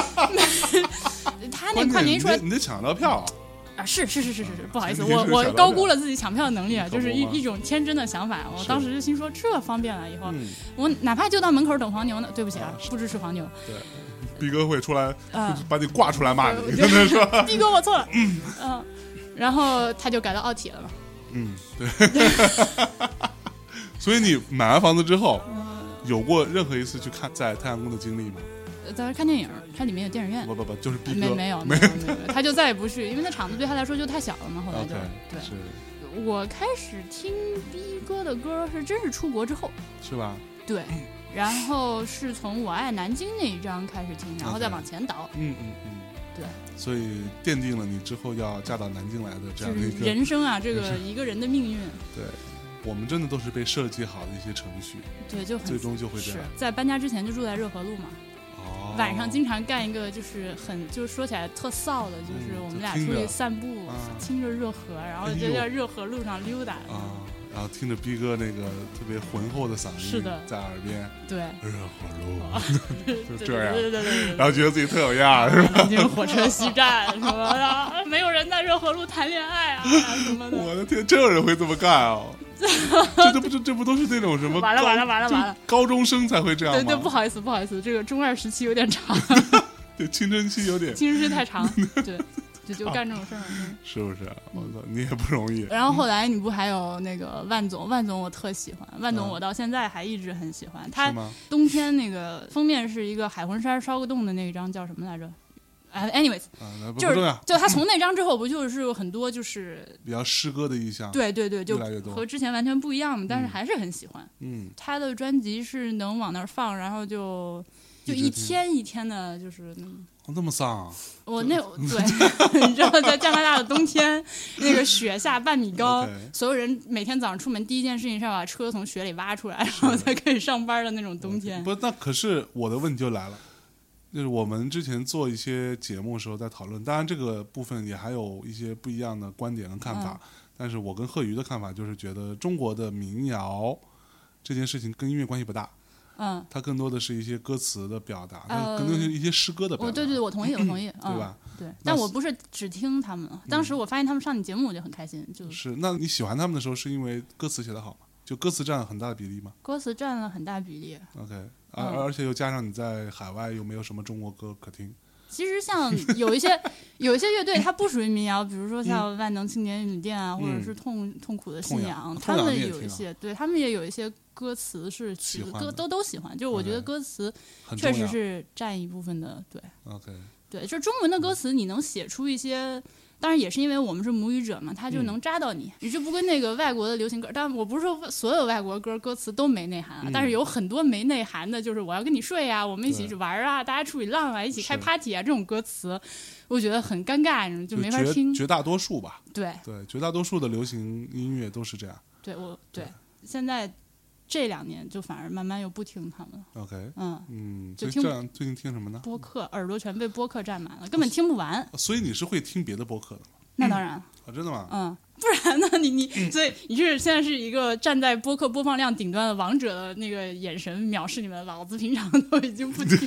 他那跨年一出来， 你得抢到票。 啊，是是是是是是，不好意思，我我高估了自己抢票的能力啊，就是一一种天真的想法。我当时就心说，这方便了，以后、嗯、我哪怕就到门口等黄牛呢，对不起啊，不支持黄牛。 对，逼哥会出来、 呃、 把你挂出来骂你，真的说， 逼哥我错了，嗯、呃，然后他就改到奥体了嘛。 嗯，对。所以你买完房子之后，呃、有过任何一次去看在太阳宫的经历吗？ 在看电影，它里面有电影院。 不不不，就是逼哥没没有没有没有，他就再也不去，因为那场子对他来说就太小了嘛。后来就、 okay, 对， 是我开始听逼哥的歌是真是出国之后， 是吧？ 对，然后是从我爱南京那一张开始听，然后再往前倒。 嗯嗯嗯， 对， 所以奠定了你之后要嫁到南京来的这样的一个人生啊，这个一个人的命运。 对。我们真的都是被设计好的一些程序， 对，就很最终就会这样。 在搬家之前就住在热河路嘛， 哦， 晚上经常干一个就是很就是说起来特臊的，就是我们俩出去散步， 嗯、 听着热河，然后就在热河路上溜达啊，然后听着逼哥那个特别浑厚的嗓音， 是的， 在耳边， 对， 热河路，就这样， 对对对对， 然后觉得自己特有样，是吧？ 南京火车西站什么的，没有人在热河路谈恋爱啊什么的。 我的天，真有人会这么干啊！这这不这这不都是那种什么？ 完了完了完了完了！ 高中生才会这样吗？ 对对，不好意思不好意思，这个中二时期有点长， 对，青春期有点， 青春期太长，对，就就干这种事儿， 是不是？我操，你也不容易。 然后后来你不还有那个万总，万总我特喜欢，万总我到现在还一直很喜欢。他冬天那个封面是一个海魂衫烧个洞的那张叫什么来着？啊 ，anyways， 啊、 就是就他从那张之后，不就是有很多就是比较诗歌的意象， 对对对，就越来越多， 和之前完全不一样，但是还是很喜欢。 嗯， 他的专辑是能往那儿放，然后就就一天一天的，就是哦，那么丧、啊。 我那对，你知道在加拿大的冬天，那个雪下半米高， okay. 所有人每天早上出门第一件事情是要把车从雪里挖出来，然后才可以上班的那种冬天。 不，那可是我的问题就来了。就是我们之前做一些节目的时候在讨论，当然这个部分也还有一些不一样的观点和看法、嗯、但是我跟贺瑜的看法就是觉得中国的民谣这件事情跟音乐关系不大， 嗯， 它更多的是一些歌词的表达，呃、更多是一些诗歌的表达。 哦，对对，我同意，我同意， 对吧？ 嗯、对，但我不是只听他们，当时我发现他们上你节目我就很开心， 就是那你喜欢他们的时候是因为歌词写得好吗？就歌词占了很大的比例吗？ 歌词占了很大比例。 OK。而、嗯、而且又加上你在海外又没有什么中国歌可听。 其实像有一些有一些乐队，它不属于民谣，比如说像万能青年旅店啊， 嗯、 或者是痛痛苦的信仰， 嗯、 他们有一些，对他们也有一些歌词是曲子歌都都喜欢。就是我觉得歌词确实是占一部分的，对。 OK。 对，就是中文的歌词，你能写出一些。当然也是因为我们是母语者嘛，他就能扎到你。你、嗯、这不跟那个外国的流行歌，但我不是说所有外国歌歌词都没内涵啊、嗯，但是有很多没内涵的，就是我要跟你睡啊，我们一起玩啊，大家出去浪啊，一起开 party 啊，这种歌词，我觉得很尴尬，就没法听。 绝, 绝大多数吧， 对对，绝大多数的流行音乐都是这样。 对，我对, 对现在这两年就反而慢慢又不听他们了。 OK， 嗯嗯，就听这样。最近听什么呢？ 播客，耳朵全被播客占满了，根本听不完。 所以你是会听别的播客的吗？ 那当然、 嗯、啊，真的吗？ 嗯，不然呢？你你所以你是现在是一个站在播客播放量顶端的王者的那个眼神藐视你们，老子平常都已经不听。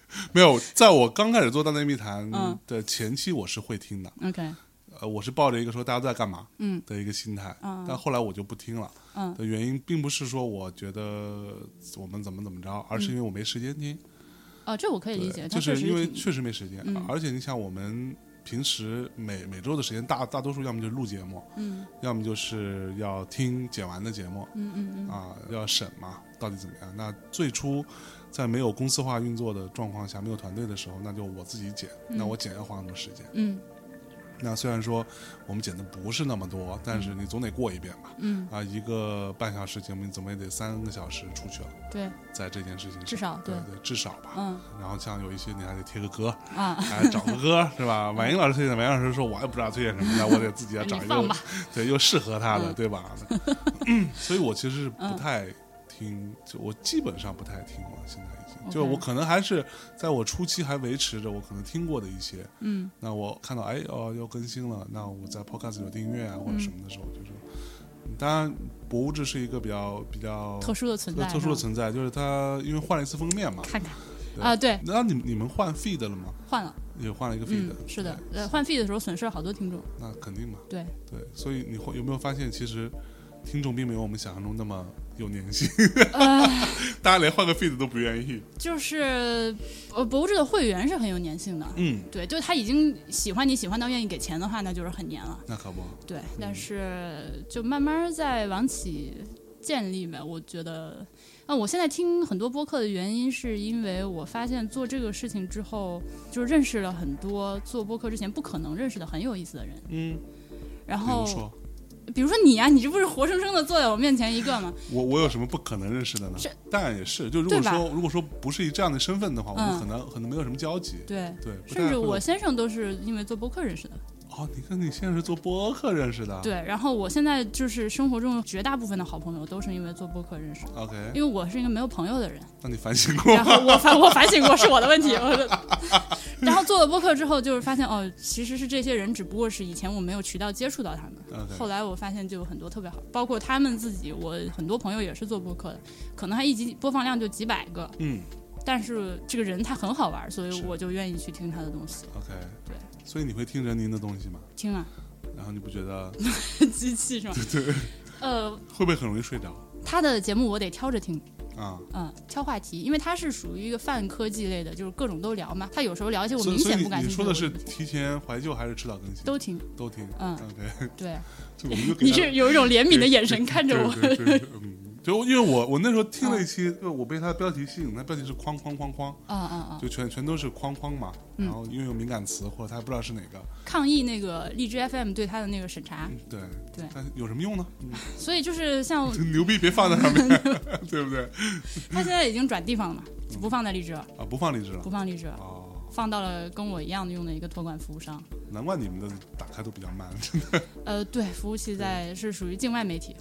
没有，在我刚开始做大内密谈的前期，我是会听的。 OK， 呃，我是抱着一个说大家都在干嘛嗯的一个心态， 嗯、 但后来我就不听了。 嗯， 的原因并不是说我觉得我们怎么怎么着，而是因为我没时间听。 哦，这我可以理解， 就是因为确实没时间， 嗯、 而且你想我们平时每每周的时间大大多数要么就是录节目， 嗯， 要么就是要听剪完的节目， 嗯嗯嗯， 啊，要审嘛，到底怎么样？那最初在没有公司化运作的状况下，没有团队的时候，那就我自己剪， 嗯、 那我剪要花很多时间， 嗯。 那虽然说我们剪的不是那么多，但是你总得过一遍吧？ 嗯啊，一个半小时节目，你怎么也得三个小时出去了。 对， 在这件事情上， 至少对对，至少吧。 嗯。 然后像有一些你还得贴个歌啊， 还找个歌是吧？婉英老师推荐，婉英老师说我也不知道推荐什么，那我得自己要找一个对又适合他的， 嗯、 对吧？嗯，所以我其实是不太听，就我基本上不太听了，现在。就我可能还是在我初期还维持着我可能听过的一些， 嗯， 那我看到哎哦要更新了，那我在 Podcast 有订阅啊或者什么的时候，就是当然博物志是一个比较比较特殊的存在， 特殊的存在，就是它因为换了一次封面嘛， 看看啊对， 那你你们换 feed 了吗？ 换了， 也换了一个 feed，、 嗯、是的，呃换 feed 的时候损失了好多听众， 那肯定嘛， 对对，所以你会有没有发现其实听众并没有我们想象中那么有粘性，呃、大家连换个 feed 都不愿意。 就是呃，博物志的会员是很有粘性的， 嗯， 对，就是他已经喜欢你喜欢到愿意给钱的话，那就是很粘了。 那可不。 对，嗯、但是就慢慢在往起建立呗。我觉得，啊，我现在听很多播客的原因，是因为我发现做这个事情之后，就认识了很多做播客之前不可能认识的很有意思的人。 嗯， 然后。 比如说比如说你啊，你这不是活生生的坐在我面前一个吗？ 我我有什么不可能认识的呢？当然也是，就如果说如果说不是以这样的身份的话，我们可能、嗯、可能没有什么交集。 对对， 甚至我先生都是因为做播客认识的。 哦，你看你现在是做播客认识的。 对，然后我现在就是生活中绝大部分的好朋友都是因为做播客认识的。 OK， 因为我是一个没有朋友的人。 那你反省过？ 然后我反我反省过，是我的问题。我然后做了播客之后，就是发现哦，其实是这些人，只不过是以前我没有渠道接触到他们。 Okay. 后来我发现就有很多特别好，包括他们自己，我很多朋友也是做播客的，可能他一集播放量就几百个。 嗯。 但是这个人他很好玩，所以我就愿意去听他的东西。 OK， 对。 所以你会听任宁的东西吗？ 听啊。 然后你不觉得机器是吗？ 对对。 呃， 会不会很容易睡着？ 他的节目我得挑着听。 啊， 嗯，挑话题，因为他是属于一个泛科技类的，就是各种都聊嘛。他有时候聊一些我明显不感兴趣的。 你说的是提前怀旧还是迟早更新？ 都听， 都听。 嗯 ，OK， 对。 就我们就你是有一种怜悯的眼神看着我。 对对对对嗯，就因为我我那时候听了一期，就我被他的标题吸引，他标题是框框框框， 啊啊啊， 就全全都是框框嘛，然后因为有敏感词或者他还不知道是哪个。 抗议那个荔枝 F M 对他的那个审查。 嗯、对对， 但有什么用呢？ 嗯、所以就是像牛逼别放在上面，对不对？ 他现在已经转地方了嘛，就不放在荔枝了。 啊，不放荔枝了， 不放荔枝了。 哦。 放到了跟我一样用的一个托管服务商。 难怪你们的打开都比较慢，真的。 呃，对，服务器在是属于境外媒体。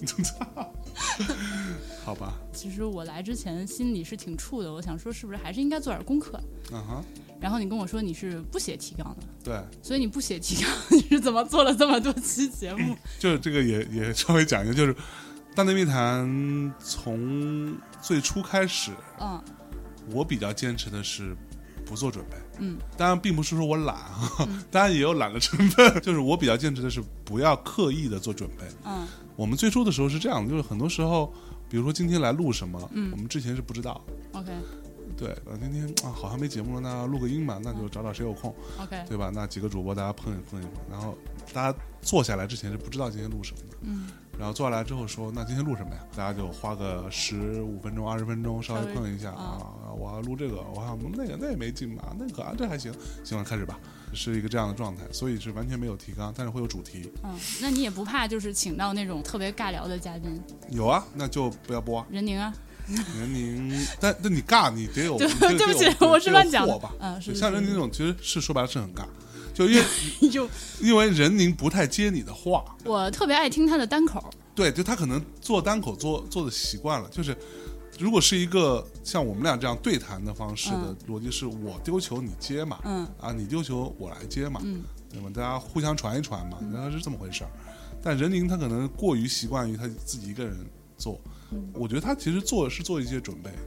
好吧。 其实我来之前心里是挺怵的，我想说是不是还是应该做点功课。 嗯哼。 然后你跟我说你是不写提纲的。 对。 所以你不写提纲，你是怎么做了这么多期节目？ 就是这个也也稍微讲一个，就是大内密谈从最初开始， 嗯， 我比较坚持的是不做准备。 嗯， 当然并不是说我懒啊， 嗯、 当然也有懒的成分，就是我比较坚持的是不要刻意的做准备。 嗯， 我们最初的时候是这样的，就是很多时候，比如说今天来录什么， 嗯， 我们之前是不知道。 OK。 对，今天啊好像没节目了，那录个音嘛，那就找找谁有空， OK， 对吧？那几个主播大家碰一碰一碰，然后大家坐下来之前是不知道今天录什么的， 嗯， 然后坐下来之后说，那今天录什么呀？大家就花个十五分钟、二十分钟，稍微碰一下啊，我要录这个，我要那个那也没劲吧，那个啊这还行，行了，开始吧，是一个这样的状态，所以是完全没有提纲，但是会有主题。 嗯，那你也不怕就是请到那种特别尬聊的嘉宾？ 有啊，那就不要播。 任宁啊。 任宁，但但你尬，你得有对对不起，我是乱讲的吧？ 嗯，是像任宁那种，其实是说白了是很尬，就因为就因为任宁不太接你的话。 我特别爱听他的单口。 对，就他可能做单口做做的习惯了，就是如果是一个像我们俩这样对谈的方式的逻辑，是我丢球你接嘛， 嗯啊，你丢球我来接嘛， 嗯， 对吧？大家互相传一传嘛， 嗯、 然后是这么回事儿。但任宁他可能过于习惯于他自己一个人做。我觉得他其实做是做一些准备，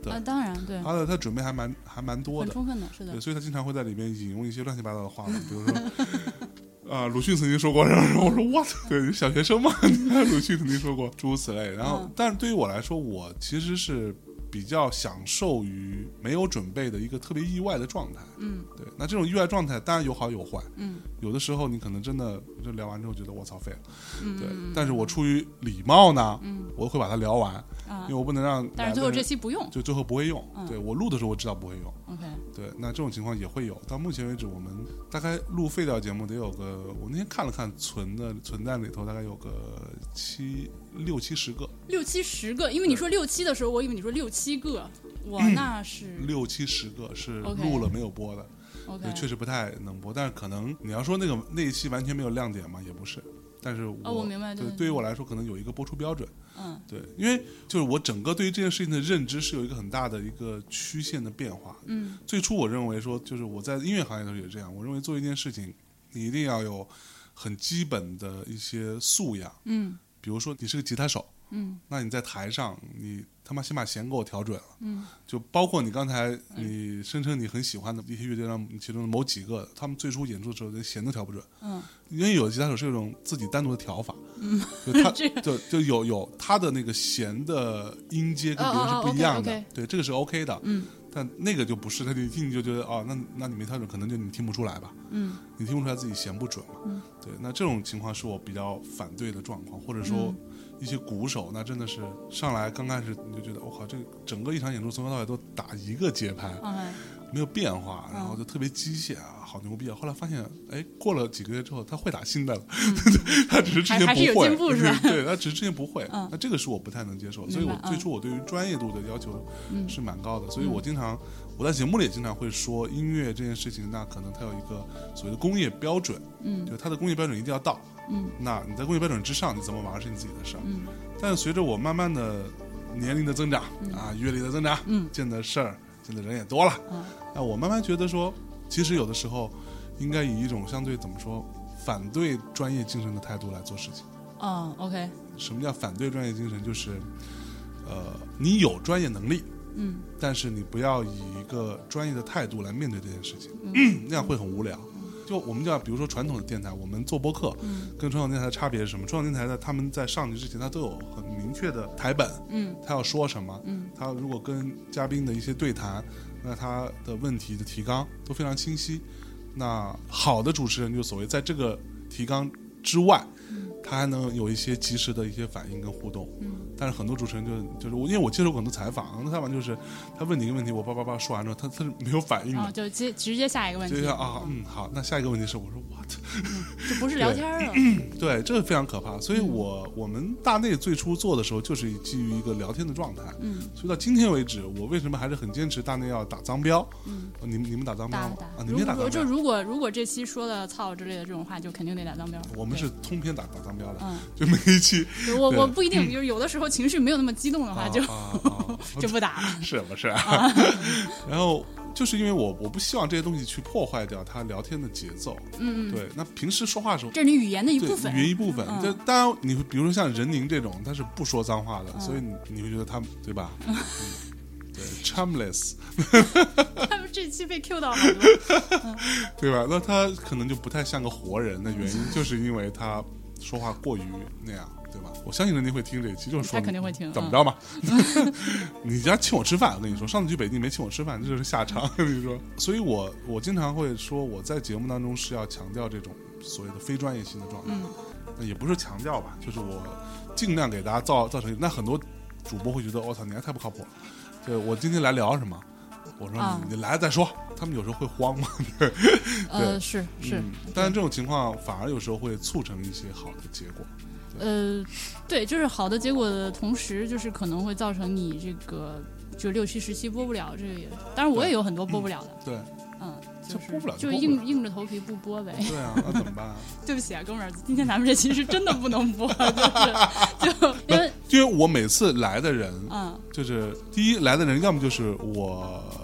的啊，当然对， 他的他准备还蛮还蛮多的， 很充分的，是的， 对，所以他经常会在里面引用一些乱七八糟的话，比如说。啊，鲁迅曾经说过，然后我说 what？ 对，小学生嘛，鲁迅曾经说过，诸如此类。然后，嗯、但是对于我来说，我其实是比较享受于没有准备的一个特别意外的状态。嗯，对。那这种意外状态当然有好有坏。嗯，有的时候你可能真的就聊完之后觉得我操废了。嗯，对。但是我出于礼貌呢，嗯，我会把它聊完，啊、因为我不能让。 但是最后这期不用， 就最后不会用。嗯、对我录的时候我知道不会用。 OK。 对，那这种情况也会有。到目前为止，我们大概录废掉节目得有个，我那天看了看存的存在里头，大概有个七六七十个。 六七十个，因为你说六七的时候，我以为你说六七个，哇，嗯、那是六七十个是录了没有播的。 OK， 对，确实不太能播，但是可能你要说那个那一期完全没有亮点嘛，也不是。但是我， 哦、我明白， 对，对于我来说，可能有一个播出标准。 嗯， 对，因为就是我整个对于这件事情的认知是有一个很大的一个曲线的变化。 嗯， 最初我认为说，就是我在音乐行业的时候也这样，我认为做一件事情，你一定要有很基本的一些素养。 嗯， 比如说你是个吉他手。 嗯， 那你在台上，你他妈先把弦给我调准了。 嗯， 就包括你刚才你声称你很喜欢的一些乐队上其中的某几个，他们最初演出的时候连弦都调不准。 嗯， 因为有的吉他手是有一种自己单独的调法。 嗯， 就他就就有有他的那个弦的音阶跟别人是不一样的。 哦哦 okay, okay. 对，这个是 OK 的。 嗯， 但那个就不是，他一听你就觉得哦，那那你没调准，可能就你听不出来吧。 嗯， 你听不出来自己弦不准嘛。 嗯， 对，那这种情况是我比较反对的状况，或者说。嗯一些鼓手那真的是上来刚开始你就觉得我靠，这整个一场演出从头到尾都打一个节拍， okay. 没有变化，然后就特别机械啊，好牛逼啊！后来发现，哎，过了几个月之后，他会打新的了，嗯、他只是之前不会， 还是有进步是吧？ 对，他只是之前不会， 嗯、 那这个是我不太能接受，所以我最初我对于专业度的要求是蛮高的，嗯、所以我经常我在节目里也经常会说，音乐这件事情，那可能它有一个所谓的工业标准， 嗯， 就它的工业标准一定要到。 嗯， 那你在工业标准之上，你怎么玩是你自己的事儿。 嗯， 但是随着我慢慢的年龄的增长， 嗯、 啊，阅历的增长， 嗯， 见的事儿，见的人也多了， 嗯， 那我慢慢觉得说，其实有的时候应该以一种相对怎么说，反对专业精神的态度来做事情。 哦 ，OK。 什么叫反对专业精神？就是，呃，你有专业能力， 嗯， 但是你不要以一个专业的态度来面对这件事情， 嗯、 那样会很无聊。就我们叫比如说传统的电台，我们做播客， 嗯， 跟传统电台的差别是什么？传统电台的他们在上去之前，他都有很明确的台本， 嗯， 他要说什么， 嗯， 他如果跟嘉宾的一些对谈，那他的问题的提纲都非常清晰。那好的主持人就所谓在这个提纲之外， 嗯， 他还能有一些及时的一些反应跟互动， 嗯， 但是很多主持人就就是我，因为我接受过很多采访，很多采访就是他问你一个问题，我叭叭叭说完之后，他他是没有反应的， 哦，就接直接下一个问题， 就啊，嗯，好，那下一个问题是，我说 what， 嗯，这不是聊天了， 对，对，这个非常可怕，所以我、嗯、我们大内最初做的时候就是基于一个聊天的状态， 嗯， 所以到今天为止，我为什么还是很坚持大内要打脏标？ 嗯， 你们你们打脏标吗？ 打打啊，你们也打脏标？ 就如果如果这期说了操之类的这种话，就肯定得打脏标。 我们是通篇打打脏标的， 嗯， 就每一期。 我我不一定，就是有的时候情绪没有那么激动的话，就、 啊啊、 就不打了。 是不是、啊？然后就是因为我我不希望这些东西去破坏掉他聊天的节奏。 嗯， 对。那平时说话的时候， 这是你语言的一部分， 语言一部分。 嗯、 这当然，你比如说像任宁这种，他是不说脏话的， 嗯、 所以你你会觉得他对吧？嗯、对 ，charmless。 他们这期被 Q 到好多，嗯、 对吧？那他可能就不太像个活人的原因，就是因为他说话过于那样。对吧？我相信人家会听这一期，就是说他肯定会听， 怎么着嘛？嗯、你家请我吃饭，我跟你说，上次去北京没请我吃饭，这就是下场。跟你说，所以我我经常会说，我在节目当中是要强调这种所谓的非专业性的状态， 嗯， 那也不是强调吧，就是我尽量给大家造造成。那很多主播会觉得，我、哦、操，你还太不靠谱了。对，我今天来聊什么？我说你、啊、你来了再说。他们有时候会慌嘛，对， 呃，是是、 嗯，但是这种情况反而有时候会促成一些好的结果。 呃，对，就是好的结果的同时，就是可能会造成你这个就六七十期播不了，这个也，当然我也有很多播不了的， 嗯、对， 嗯， 就播不了， 就硬硬着头皮不播呗。 对啊，那怎么办、啊？ 对不起啊，哥们儿，今天咱们这期是真的不能播，就是就因为因为我每次来的人， 嗯， 就是第一来的人，要么就是我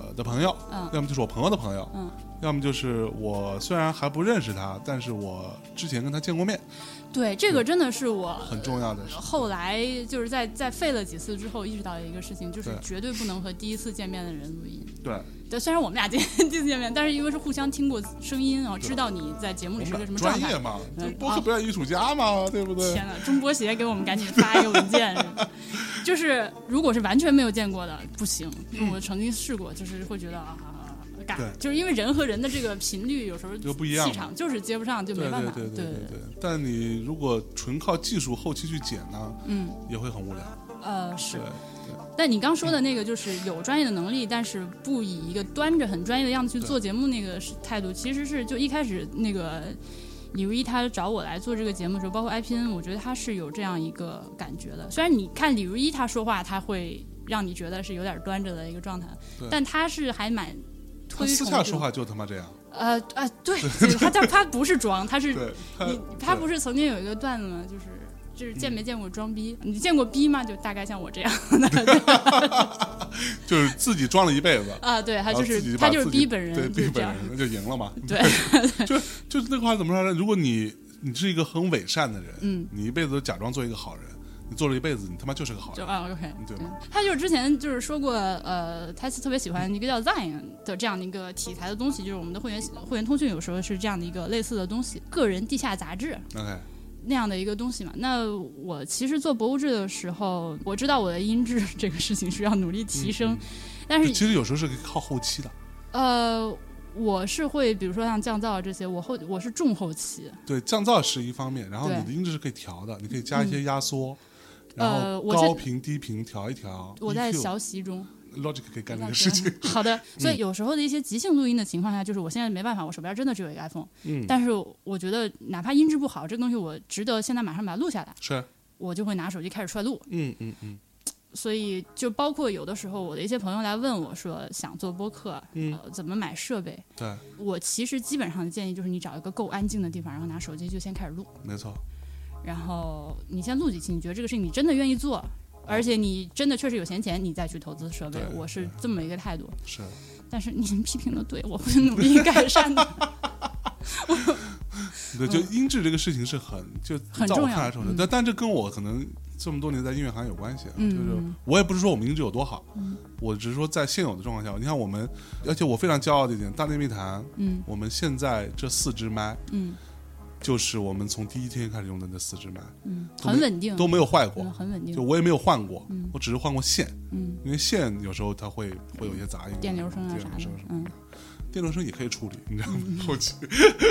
的朋友， 嗯， 要么就是我朋友的朋友， 嗯， 要么就是我虽然还不认识他，但是我之前跟他见过面。 对，这个真的是我很重要的事。 后来就是在在废了几次之后意识到的一个事情，就是绝对不能和第一次见面的人录音。 对， 对，虽然我们俩今天第一次见面，但是因为是互相听过声音，然后知道你在节目里是个什么状态。 专业嘛， 嗯、 播客表演艺术家嘛、啊，对不对？ 天哪，钟波鞋给我们赶紧发一个文件，就是如果是完全没有见过的，不行。因为我曾经试过，就是会觉得啊。 对， 就是因为人和人的这个频率有时候就不一样， 气场就是接不上，就没办法。 对对对对对对。但你如果纯靠技术后期去剪呢，嗯，也会很无聊。 呃，是。但你刚说的那个就是有专业的能力，但是不以一个端着很专业的样子去做节目那个态度，其实是就一开始那个李如一他找我来做这个节目的时候，包括 I P N， 我觉得他是有这样一个感觉的。虽然你看李如一他说话，他会让你觉得是有点端着的一个状态，但他是还蛮。 他私下说话就他妈这样。 呃呃，对，他他他不是装，他是他你他不是曾经有一个段子吗？就是就是见没见过装逼？嗯、你见过逼吗？就大概像我这样的， 就是自己装了一辈子啊。对，他就是他就是逼本人， 对，逼本人那就赢了嘛。 对， 就就是那个话怎么说呢？如果你你是一个很伪善的人， 嗯， 你一辈子都假装做一个好人。你做了一辈子，你他妈就是个好人。 就啊 ，OK， 对吗？他就是之前就是说过，呃，他是特别喜欢一个叫 Zion 的这样的一个题材的东西，就是我们的会员会员通讯有时候是这样的一个类似的东西，个人地下杂志 ，OK， 那样的一个东西嘛。那我其实做博物志的时候，我知道我的音质这个事情需要努力提升， 嗯嗯、 但是其实有时候是靠后期的。 呃。我是会，比如说像降噪这些，我后我是重后期。 对，降噪是一方面，然后你的音质是可以调的，你可以加一些压缩。 嗯、 然后高频低频调一调， 我在学习中 Logic 可以干这个事情。 好的，所以有时候的一些即兴录音的情况下，就是我现在没办法，我手边真的只有一个 iPhone，嗯，但是我觉得哪怕音质不好，这个东西我值得现在马上把它录下来， 是， 我就会拿手机开始出来录， 嗯嗯嗯。 所以就包括有的时候，我的一些朋友来问我说想做播客，嗯、呃，怎么买设备？ 对， 我其实基本上的建议就是你找一个够安静的地方，然后拿手机就先开始录， 没错。 然后你先录几期，你觉得这个事情你真的愿意做，而且你真的确实有闲钱，你再去投资设备。我是这么一个态度。 是， 但是您批评的对，我会努力改善的。 对，就音质这个事情是很就很重要， 嗯、但但这跟我可能这么多年在音乐行业有关系、啊嗯、 就是我也不是说我们音质有多好、嗯、我只是说在现有的状况下，你看我们，而且我非常骄傲的一点，大内密谈，嗯，我们现在这四支麦，嗯。就是我们从第一天开始用的那四支麦， 嗯，很稳定， 都没有坏过， 嗯、很稳定。 就我也没有换过， 嗯、 我只是换过线， 嗯， 因为线有时候它会会有一些杂音， 电流声啊啥的，嗯， 电流声也可以处理，你知道吗？嗯、后期。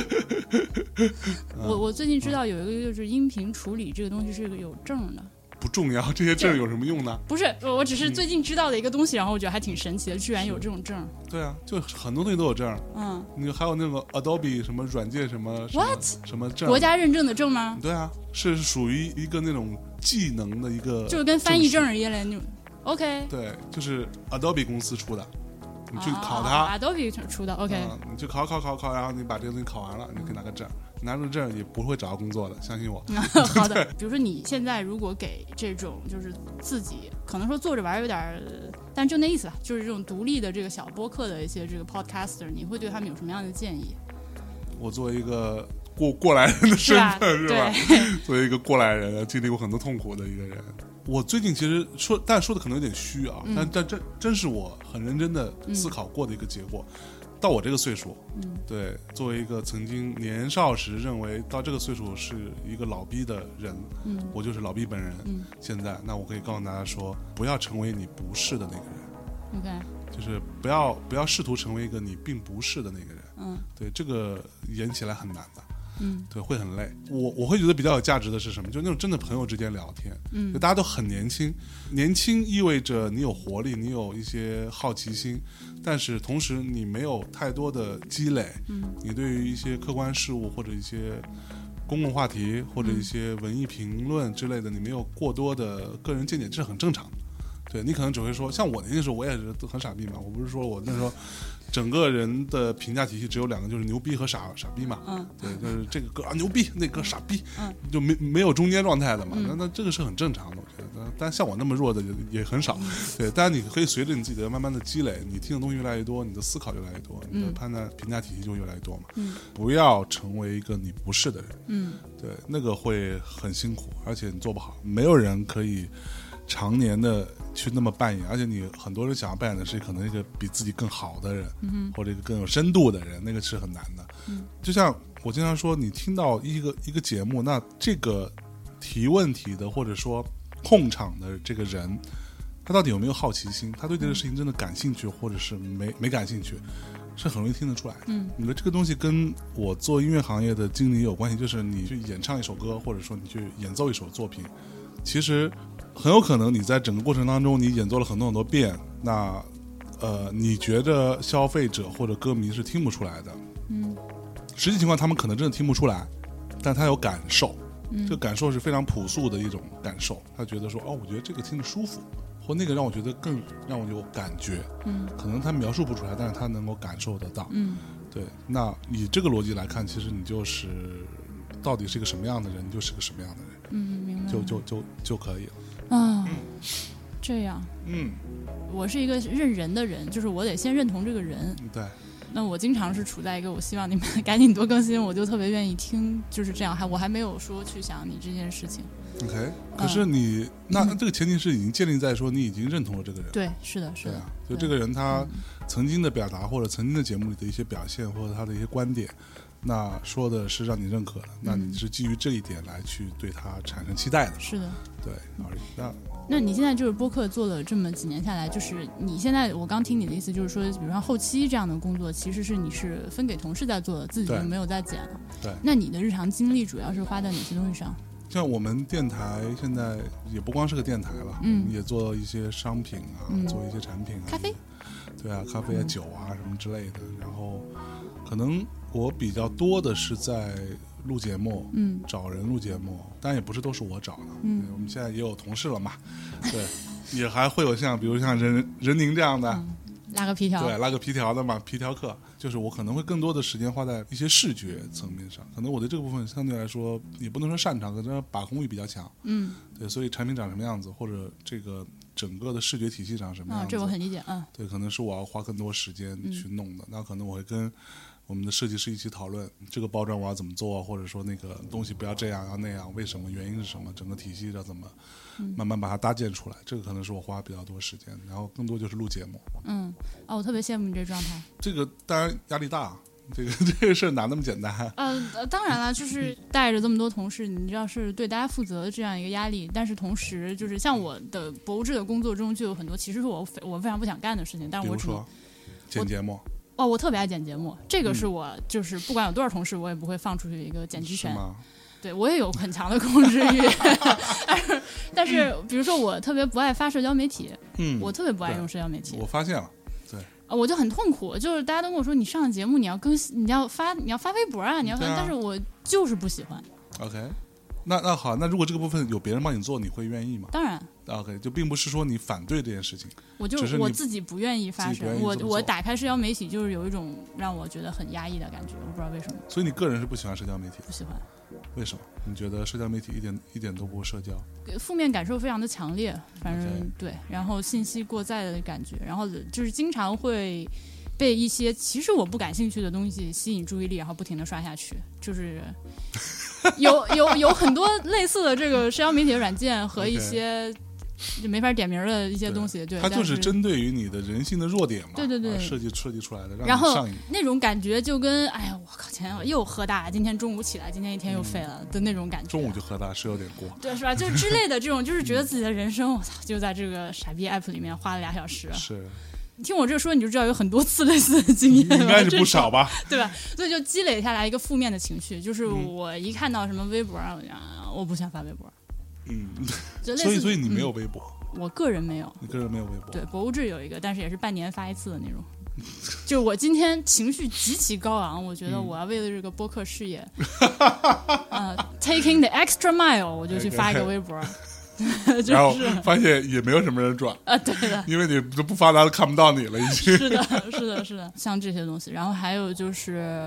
我我最近知道有一个就是音频处理这个东西是个有证的。 不重要，这些证有什么用呢？ 不是，我只是最近知道的一个东西，嗯、然后我觉得还挺神奇的，居然有这种证。 对啊，就很多东西都有证。 嗯， 你还有那个 Adobe 什么软件什么 What 什么证？ 国家认证的证吗？ 对啊，是属于一个那种技能的一个， 就是跟翻译证一样的那种。OK。 对，就是 Adobe 公司出的，你去考它。 啊、Adobe 出的 OK、 嗯。你去考考考考，然后你把这个东西考完了，你可以拿个证。拿着证也不会找到工作的，相信我。 好的，比如说你现在如果给这种就是自己可能说做着玩有点，但就那意思吧，就是这种独立的这个小播客的一些这个 podcaster， 你会对他们有什么样的建议？ 我作为一个过过来人的身份是 吧, 是吧作为一个过来人，经历过很多痛苦的一个人，我最近其实说，但说的可能有点虚啊，嗯、但但真真是我很认真的思考过的一个结果。嗯，到我这个岁数，嗯，对，作为一个曾经年少时认为到这个岁数是一个老逼的人，嗯，我就是老逼本人。嗯，现在那我可以告诉大家说，不要成为你不是的那个人。 OK， 就是不要不要试图成为一个你并不是的那个人。 嗯， 对，这个演起来很难的。 嗯， 对，会很累。我我会觉得比较有价值的是什么？就那种真的朋友之间聊天，嗯，就大家都很年轻，年轻意味着你有活力，你有一些好奇心，但是同时你没有太多的积累，嗯，你对于一些客观事物或者一些公共话题或者一些文艺评论之类的，你没有过多的个人见解，这是很正常的。 对你可能只会说，像我那个时候我也是很傻逼嘛，我不是说我那时候整个人的评价体系只有两个，就是牛逼和傻傻逼嘛。嗯，对，就是这个歌啊牛逼，那歌傻逼，嗯，就没没有中间状态的嘛。那、嗯、那这个是很正常的，我觉得。但像我那么弱的也也很少。嗯、对，但是你可以随着你自己的慢慢的积累，你听的东西越来越多，你的思考越来越多，你的判断、嗯、评价体系就越来越多嘛。嗯，不要成为一个你不是的人。嗯，对，那个会很辛苦，而且你做不好，没有人可以常年的去那么扮演，而且你很多人想要扮演的是可能一个比自己更好的人、嗯、或者一个更有深度的人，那个是很难的、嗯、就像我经常说，你听到一个一个节目，那这个提问题的或者说控场的这个人，他到底有没有好奇心，他对这个事情真的感兴趣或者是没没感兴趣，是很容易听得出来的。嗯，你的这个东西跟我做音乐行业的经历有关系，就是你去演唱一首歌，或者说你去演奏一首作品，其实很有可能你在整个过程当中你演奏了很多很多遍，那呃，你觉得消费者或者歌迷是听不出来的。嗯，实际情况他们可能真的听不出来，但他有感受，嗯、这个感受是非常朴素的一种感受。他觉得说，哦，我觉得这个听着舒服，或那个让我觉得更让我有感觉。嗯，可能他描述不出来，但是他能够感受得到。嗯，对。那以这个逻辑来看，其实你就是到底是一个什么样的人，你就是个什么样的人。 嗯，明白。 就就就就可以了。 啊、嗯，这样。嗯，我是一个认人的人，就是我得先认同这个人。 对。 那我经常是处在一个我希望你们赶紧多更新，我就特别愿意听，就是这样。还我还没有说去想你这件事情。 OK， 可是你、嗯、那这个前提是已经建立在说你已经认同了这个人。 对，是的，是的。对啊， 就这个人他曾经的表达或者曾经的节目里的一些表现或者他的一些观点，那说的是让你认可的，那你是基于这一点来去对他产生期待的。 是的， 对而已。那那你现在就是播客做了这么几年下来，就是你现在我刚听你的意思就是说，比如说后期这样的工作其实是你是分给同事在做的，自己就没有在剪了。 对。 那你的日常精力主要是花在哪些东西上？ 像我们电台现在也不光是个电台了，嗯，也做一些商品啊、嗯，做一些产品啊， 咖啡， 对啊，咖啡啊、嗯、酒啊什么之类的。然后可能我比较多的是在录节目，嗯，找人录节目，当然也不是都是我找的，嗯，我们现在也有同事了嘛，对，也还会有像比如像任任宁这样的。嗯， 拉个皮条， 对，拉个皮条的嘛，皮条客，就是我可能会更多的时间花在一些视觉层面上，可能我对这个部分相对来说也不能说擅长，可能把控欲比较强。嗯，对，所以产品长什么样子，或者这个整个的视觉体系长什么样子， 啊，这我很理解。嗯， 对，可能是我要花更多时间去弄的，嗯、那可能我会跟我们的设计师一起讨论这个包装我要怎么做，或者说那个东西不要这样要那样，为什么，原因是什么，整个体系要怎么慢慢把它搭建出来，这个可能是我花比较多时间，然后更多就是录节目。 嗯，哦，我特别羡慕你这状态。 这个当然压力大，这个这个事哪那么简单？ 呃，当然了，就是带着这么多同事，你知道是对大家负责的这样一个压力，但是同时就是像我的博物志的工作中就有很多其实是我我非常不想干的事情，但是我只能剪节目。 哦，我特别爱剪节目，这个是我就是不管有多少同事，我也不会放出去一个剪辑权。对，我也有很强的控制欲，但是但是比如说我特别不爱发社交媒体，嗯，我特别不爱用社交媒体。 我发现了，对， 啊，我就很痛苦，就是大家都跟我说你上节目你要更新，你要发你要发微博啊，你要发，啊、但是我就是不喜欢。 OK。那那好，那如果这个部分有别人帮你做，你会愿意吗？ 当然。 OK， 就并不是说你反对这件事情， 我就我自己不愿意发声。我我打开社交媒体就是有一种让我觉得很压抑的感觉，我不知道为什么。 所以你个人是不喜欢社交媒体？ 不喜欢。 为什么？你觉得社交媒体一点一点都不社交？ 负面感受非常的强烈，反正、okay. 对，然后信息过载的感觉，然后就是经常会被一些其实我不感兴趣的东西吸引注意力，然后不停的刷下去，就是有有有很多类似的这个社交媒体的软件和一些就没法点名的一些东西， 对, 对，它就是针对于你的人性的弱点嘛， 对对对， 设计设计出来的，让然后上瘾那种感觉就跟哎呀，我靠，今天又喝大，今天中午起来，今天一天又废了、嗯、的那种感觉。 中午就喝大是有点过， 对，是吧？就之类的这种，就是觉得自己的人生，我操，就在这个傻逼 app 里面花了俩小时。 是。 你听我这说，你就知道有很多次类似的经验， 应该是不少吧， 对吧？所以就积累下来一个负面的情绪，就是我一看到什么微博啊，我不想发微博。嗯， 所以所以你没有微博、 嗯？我个人没有。 你个人没有微博？ 对，博物志有一个，但是也是半年发一次的那种。就我今天情绪极其高昂，我觉得我要为了这个播客事业，嗯、呃 ，taking the extra mile， 我就去发一个微博。 就是、 然后发现也没有什么人转啊，对的， 因为你都不发达都看不到你了，已经。 是的，是的，是的，像这些东西。然后还有就是，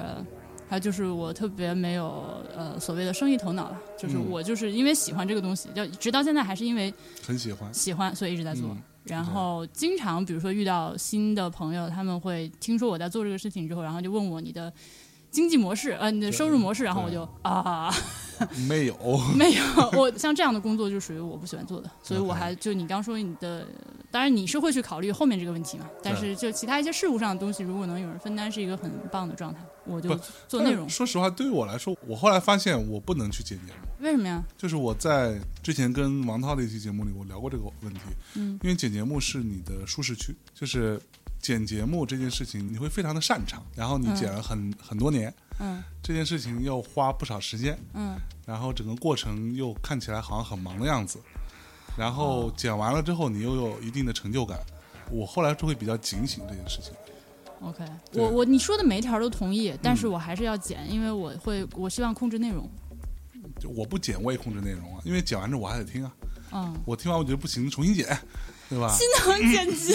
还有就是我特别没有呃所谓的生意头脑了，就是我就是因为喜欢这个东西，就直到现在还是因为很喜欢， 喜欢，所以一直在做。 嗯然后经常比如说遇到新的朋友，他们会听说我在做这个事情之后，然后就问我你的经济模式呃你的收入模式，然后我就啊没有没有，我像这样的工作就属于我不喜欢做的，所以我还就你刚说你的，当然你是会去考虑后面这个问题嘛，但是就其他一些事务上的东西，如果能有人分担，是一个很棒的状态，我就做内容。 说实话，对于我来说，我后来发现我不能去剪节目。 为什么呀？ 就是我在之前跟王涛的一期节目里，我聊过这个问题。嗯，因为剪节目是你的舒适区，就是剪节目这件事情你会非常的擅长，然后你剪了很、嗯、很多年，嗯，这件事情要花不少时间，嗯，然后整个过程又看起来好像很忙的样子，然后剪完了之后你又有一定的成就感，我后来就会比较警醒这件事情。 OK， 我我你说的每一条都同意，但是我还是要剪，因为我会我希望控制内容。 我不剪我也控制内容啊，因为剪完之后我还得听啊。 嗯， 我听完我觉得不行，重新剪，对吧？ 新能剪辑，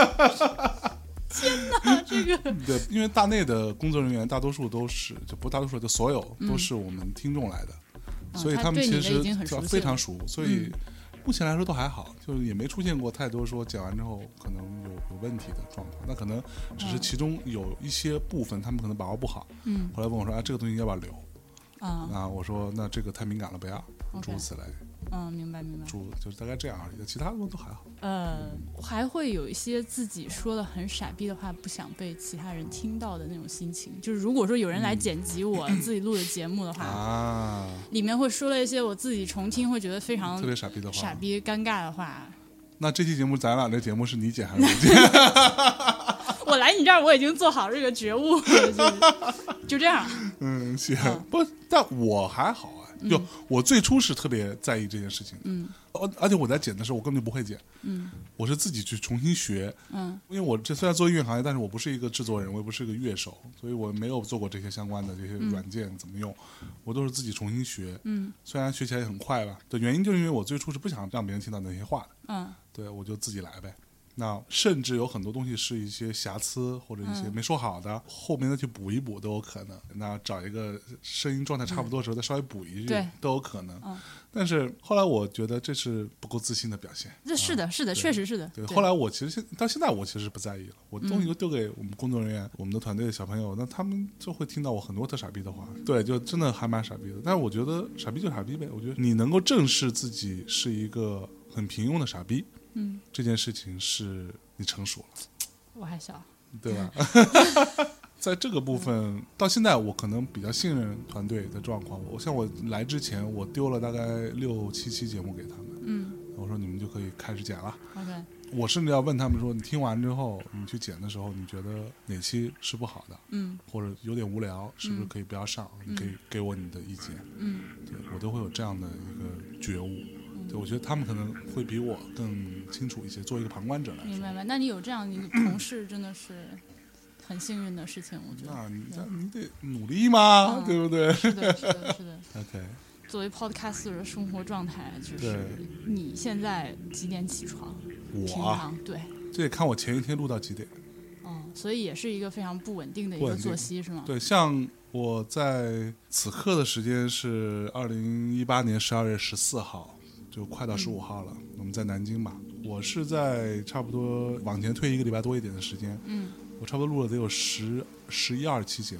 天哪，这个对，因为大内的工作人员大多数都是，就不大多数，就所有都是我们听众来的，嗯、所以他们其实非常熟，所以目前来说都还好，就也没出现过太多说剪完之后可能有有问题的状况。那可能只是其中有一些部分他们可能把握不好，嗯，后来问我说啊，这个东西要不要留？啊、嗯，我说那这个太敏感了，不要，诸如此类。 嗯，明白明白。 诸就是大概这样而已，其他的都还好。 呃，还会有一些自己说的很傻逼的话，不想被其他人听到的那种心情。就是如果说有人来剪辑我自己录的节目的话，啊、嗯，里面会说了一些我自己重听会觉得非常特别傻逼的话， 傻逼尴尬的话。 那这期节目咱俩这节目是你剪还是我剪？ 我来你这儿我已经做好这个觉悟了，就, 就这样。 嗯，行，嗯、不，但我还好啊。就、嗯、我最初是特别在意这件事情的，嗯，而且我在剪的时候我根本就不会剪，嗯，我是自己去重新学，嗯，因为我这虽然做音乐行业，但是我不是一个制作人，我也不是一个乐手，所以我没有做过这些相关的这些软件怎么用，嗯、我都是自己重新学，嗯，虽然学起来也很快吧，的原因就是因为我最初是不想让别人听到那些话的，嗯，对，我就自己来呗。那甚至有很多东西是一些瑕疵或者一些没说好的，嗯、后面再去补一补都有可能。那找一个声音状态差不多的时候再稍微补一句，嗯、都有可能。嗯、但是后来我觉得这是不够自信的表现。 这是的，是的，确实是的。 对，后来我其实到现在我其实不在意了，我的东西都丢给我们工作人员、嗯、我们的团队的小朋友，那他们就会听到我很多特傻逼的话。对，就真的还蛮傻逼的。但是我觉得傻逼就傻逼呗，我觉得你能够正视自己是一个很平庸的傻逼。嗯，这件事情是你成熟了， 我还小， 对吧？在这个部分、嗯、到现在我可能比较信任团队的状况。我像我来之前我丢了大概六七期节目给他们，嗯，我说你们就可以开始剪了。OK， 我甚至要问他们说，你听完之后你去剪的时候你觉得哪期是不好的，嗯，或者有点无聊是不是可以不要上、嗯、你可以给我你的意见，嗯，对，我都会有这样的一个觉悟。对，我觉得他们可能会比我更清楚一些，作为一个旁观者来说。 明白吗？那你有这样一个同事，真的是很幸运的事情，我觉得。 那你你得努力嘛，嗯、对不对？ 是的，是的，是的。 OK。 作为 podcaster 的生活状态，就是你现在几点起床？ 我平常对。 这得看我前一天录到几点。 哦，所以也是一个非常不稳定的一个作息，是吗？ 对，像我在此刻的时间是二零一八年十二月十四号。就快到十五号了、嗯，我们在南京嘛。我是在差不多往前推一个礼拜多一点的时间，嗯，我差不多录了得有十十一二期节目。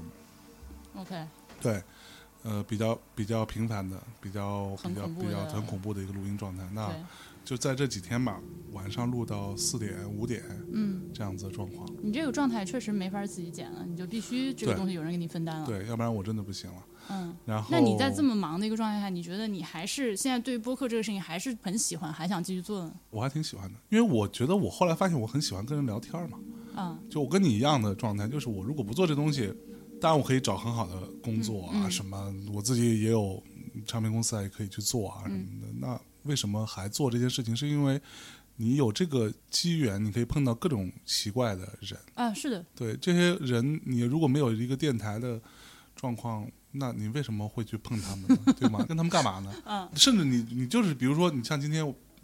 OK， 对，呃，比较比较频繁的，比较比较比较很恐怖的一个录音状态。那就在这几天吧，晚上录到四点五点，嗯，这样子的状况。 你这个状态确实没法自己剪了，你就必须这个东西有人给你分担了。 对，要不然我真的不行了。嗯，然后那你在这么忙的一个状态下，你觉得你还是现在对播客这个事情还是很喜欢，还想继续做呢？ 我还挺喜欢的，因为我觉得我后来发现我很喜欢跟人聊天嘛。嗯，就我跟你一样的状态，就是我如果不做这东西，当然我可以找很好的工作啊，嗯嗯、什么我自己也有唱片公司也可以去做啊什么的。嗯、那为什么还做这件事情？是因为你有这个机缘，你可以碰到各种奇怪的人啊。是的， 对这些人，你如果没有一个电台的状况，那你为什么会去碰他们呢？对吗？跟他们干嘛呢？嗯，甚至你你就是比如说，你像今天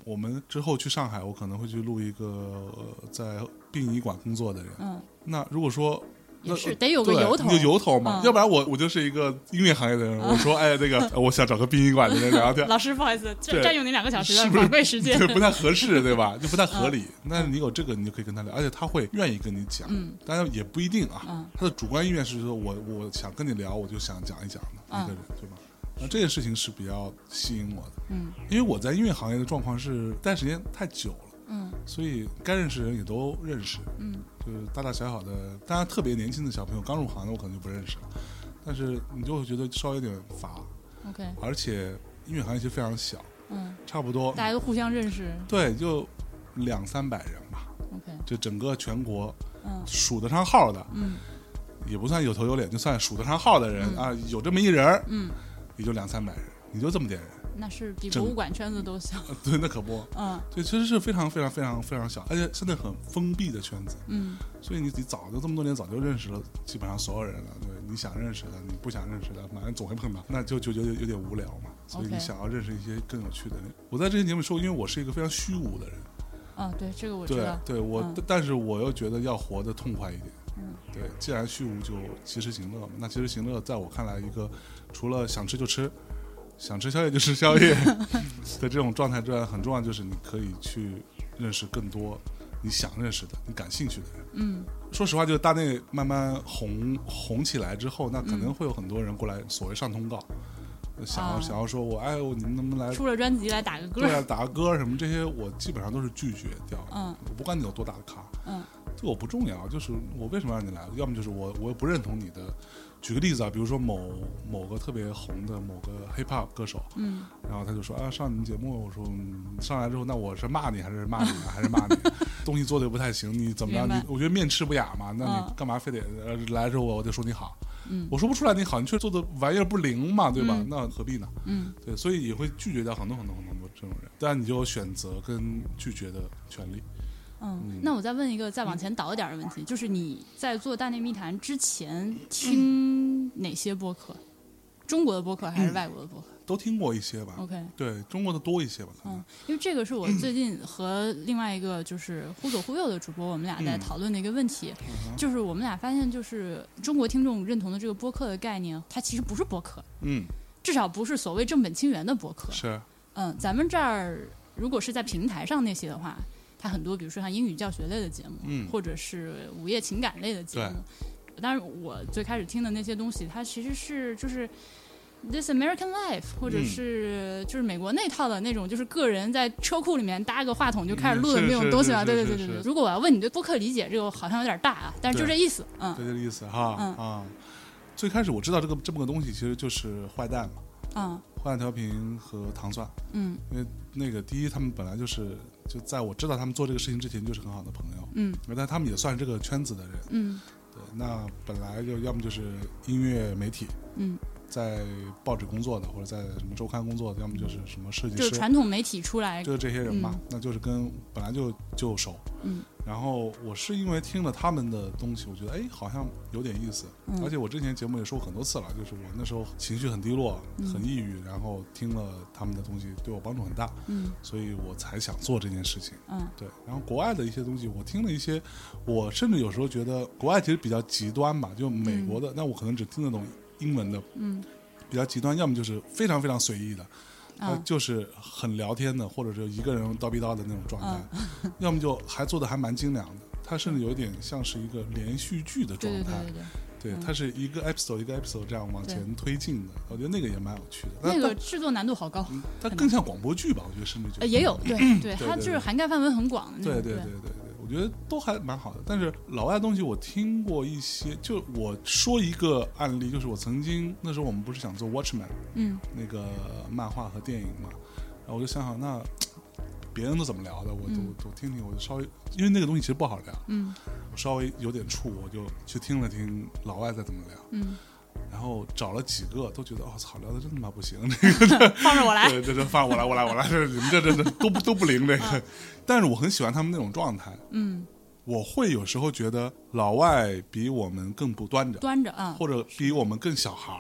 我们之后去上海，我可能会去录一个、呃、在殡仪馆工作的人。 嗯， 那如果说也是得有个由头， 有由头嘛、 嗯， 要不然我我就是一个音乐行业的人，嗯、我说哎那个我想找个殡仪馆的人聊天， 老师不好意思，占用你两个小时的宝贵时间， 对，不太合适，对吧？就不太合理。嗯、那你有这个，你就可以跟他聊，而且他会愿意跟你讲。嗯，当然也不一定啊。嗯，他的主观意愿是说我我想跟你聊，我就想讲一讲的、嗯、一个人，对吧？那这件事情是比较吸引我的。嗯，因为我在音乐行业的状况是待时间太久了。嗯，所以该认识的人也都认识。嗯，就是大大小小的，当然特别年轻的小朋友刚入行的我可能就不认识了，但是你就会觉得稍微有点乏。OK， 而且音乐行业其实非常小。嗯，差不多大家都互相认识。 对，就两三百人吧。 OK， 就整个全国，嗯，数得上号的，嗯，也不算有头有脸，就算数得上号的人、嗯、啊，有这么一人，嗯，也就两三百人，你就这么点人。 那是比博物馆圈子都小。 对，那可不。嗯，对，其实是非常非常非常非常小，而且现在很封闭的圈子。嗯，所以你你早就这么多年早就认识了基本上所有人了。对，你想认识的，你不想认识的，反正总会碰到，那就就觉得有点无聊嘛。所以你想要认识一些更有趣的人。Okay. 我在之前节目说，因为我是一个非常虚无的人。 啊，对，这个我知道。 对，对我、嗯，但是我又觉得要活得痛快一点。嗯，对，既然虚无，就及时行乐嘛。那及时行乐，在我看来，一个除了想吃就吃。想吃宵夜就吃宵夜的这种状态之外，很重要就是你可以去认识更多你想认识的、你感兴趣的人。嗯，说实话，就是大内慢慢红红起来之后，那可能会有很多人过来所谓上通告，嗯、想要、啊、想要说我哎，你们能不能来出了专辑来打个歌？ 对啊，打个歌什么这些，我基本上都是拒绝掉的。嗯，我不管你有多大的咖，嗯，这我不重要，就是我为什么让你来？要么就是我我又不认同你的。举个例子啊，比如说某某个特别红的某个 hip hop 歌手，嗯，然后他就说啊，上你们节目，我说、嗯、上来之后，那我是骂你还是骂你呢？还是骂你？东西做的又不太行，你怎么样？你我觉得面赤不雅嘛，那你干嘛非得、呃、来之后我得说你好？嗯，我说不出来你好，你却做的玩意儿不灵嘛，对吧？嗯、那何必呢？嗯，对，所以也会拒绝掉很多很多很多这种人，但你就有选择跟拒绝的权利。 嗯，那我再问一个再往前倒一点的问题、嗯，就是你在做大内密谈之前听哪些播客？嗯、中国的播客还是外国的播客？ 嗯、都听过一些吧。OK， 对，中国的多一些吧。可能嗯， 因为这个是我最近和另外一个就是忽左忽右的主播，我们俩在讨论的一个问题、嗯，就是我们俩发现，就是中国听众认同的这个播客的概念，它其实不是播客。嗯，至少不是所谓正本清源的播客。 是。 嗯，咱们这儿如果是在平台上那些的话。它很多，比如说像英语教学类的节目，嗯，或者是午夜情感类的节目。当然，我最开始听的那些东西，它其实是就是 This American Life， 或者是、嗯、就是美国那套的那种，就是个人在车库里面搭个话筒就开始录的那种东西吧。对对对对对。如果我要问你对播客理解，这个好像有点大啊，但是就这意思。嗯， 就这意思哈。嗯啊，最开始我知道这个这么个东西，其实就是坏蛋嘛。嗯。坏蛋调频和糖蒜。嗯。因为那个第一，他们本来就是。就在我知道他们做这个事情之前，就是很好的朋友，嗯，但他们也算是这个圈子的人，嗯，对，那本来就要么就是音乐媒体，嗯，在报纸工作的，或者在什么周刊工作的，要么就是什么设计师， 就是传统媒体出来， 就是这些人嘛，嗯、那就是跟本来就就熟，嗯，然后我是因为听了他们的东西，我觉得哎，好像有点意思，嗯、而且我之前节目也说过很多次了，就是我那时候情绪很低落，嗯、很抑郁，然后听了他们的东西，对我帮助很大，嗯，所以我才想做这件事情，嗯，对，然后国外的一些东西，我听了一些，我甚至有时候觉得国外其实比较极端吧，就美国的，嗯、那我可能只听得懂英文的，嗯，比较极端，要么就是非常非常随意的。呃、就是很聊天的，或者是一个人叨逼叨的那种状态、嗯、要么就还做的还蛮精良的，它甚至有一点像是一个连续剧的状态， 对对对对， 对，它是一个 episode 一个 episode 这样往前推进的，我觉得那个也蛮有趣的。 那个制作难度好高， 嗯、它更像广播剧吧，我觉得甚至就、 呃、也有对对，它就是涵盖范围很广的那种， 对对对对对。我觉得都还蛮好的，但是老外的东西我听过一些，就我说一个案例，就是我曾经那时候我们不是想做 Watchmen， 嗯，那个漫画和电影嘛，然后我就想想那别人都怎么聊的，我就、嗯、我听听，我就稍微因为那个东西其实不好聊，嗯，我稍微有点怵，我就去听了听老外在怎么聊，嗯。然后找了几个，都觉得哦操，聊的真他妈不行，这个放着我来， 对对对，放着我来，我来，我来，这你们这这这都不都不灵这个、啊。但是我很喜欢他们那种状态，嗯，我会有时候觉得老外比我们更不端着， 端着啊， 或者比我们更小孩儿，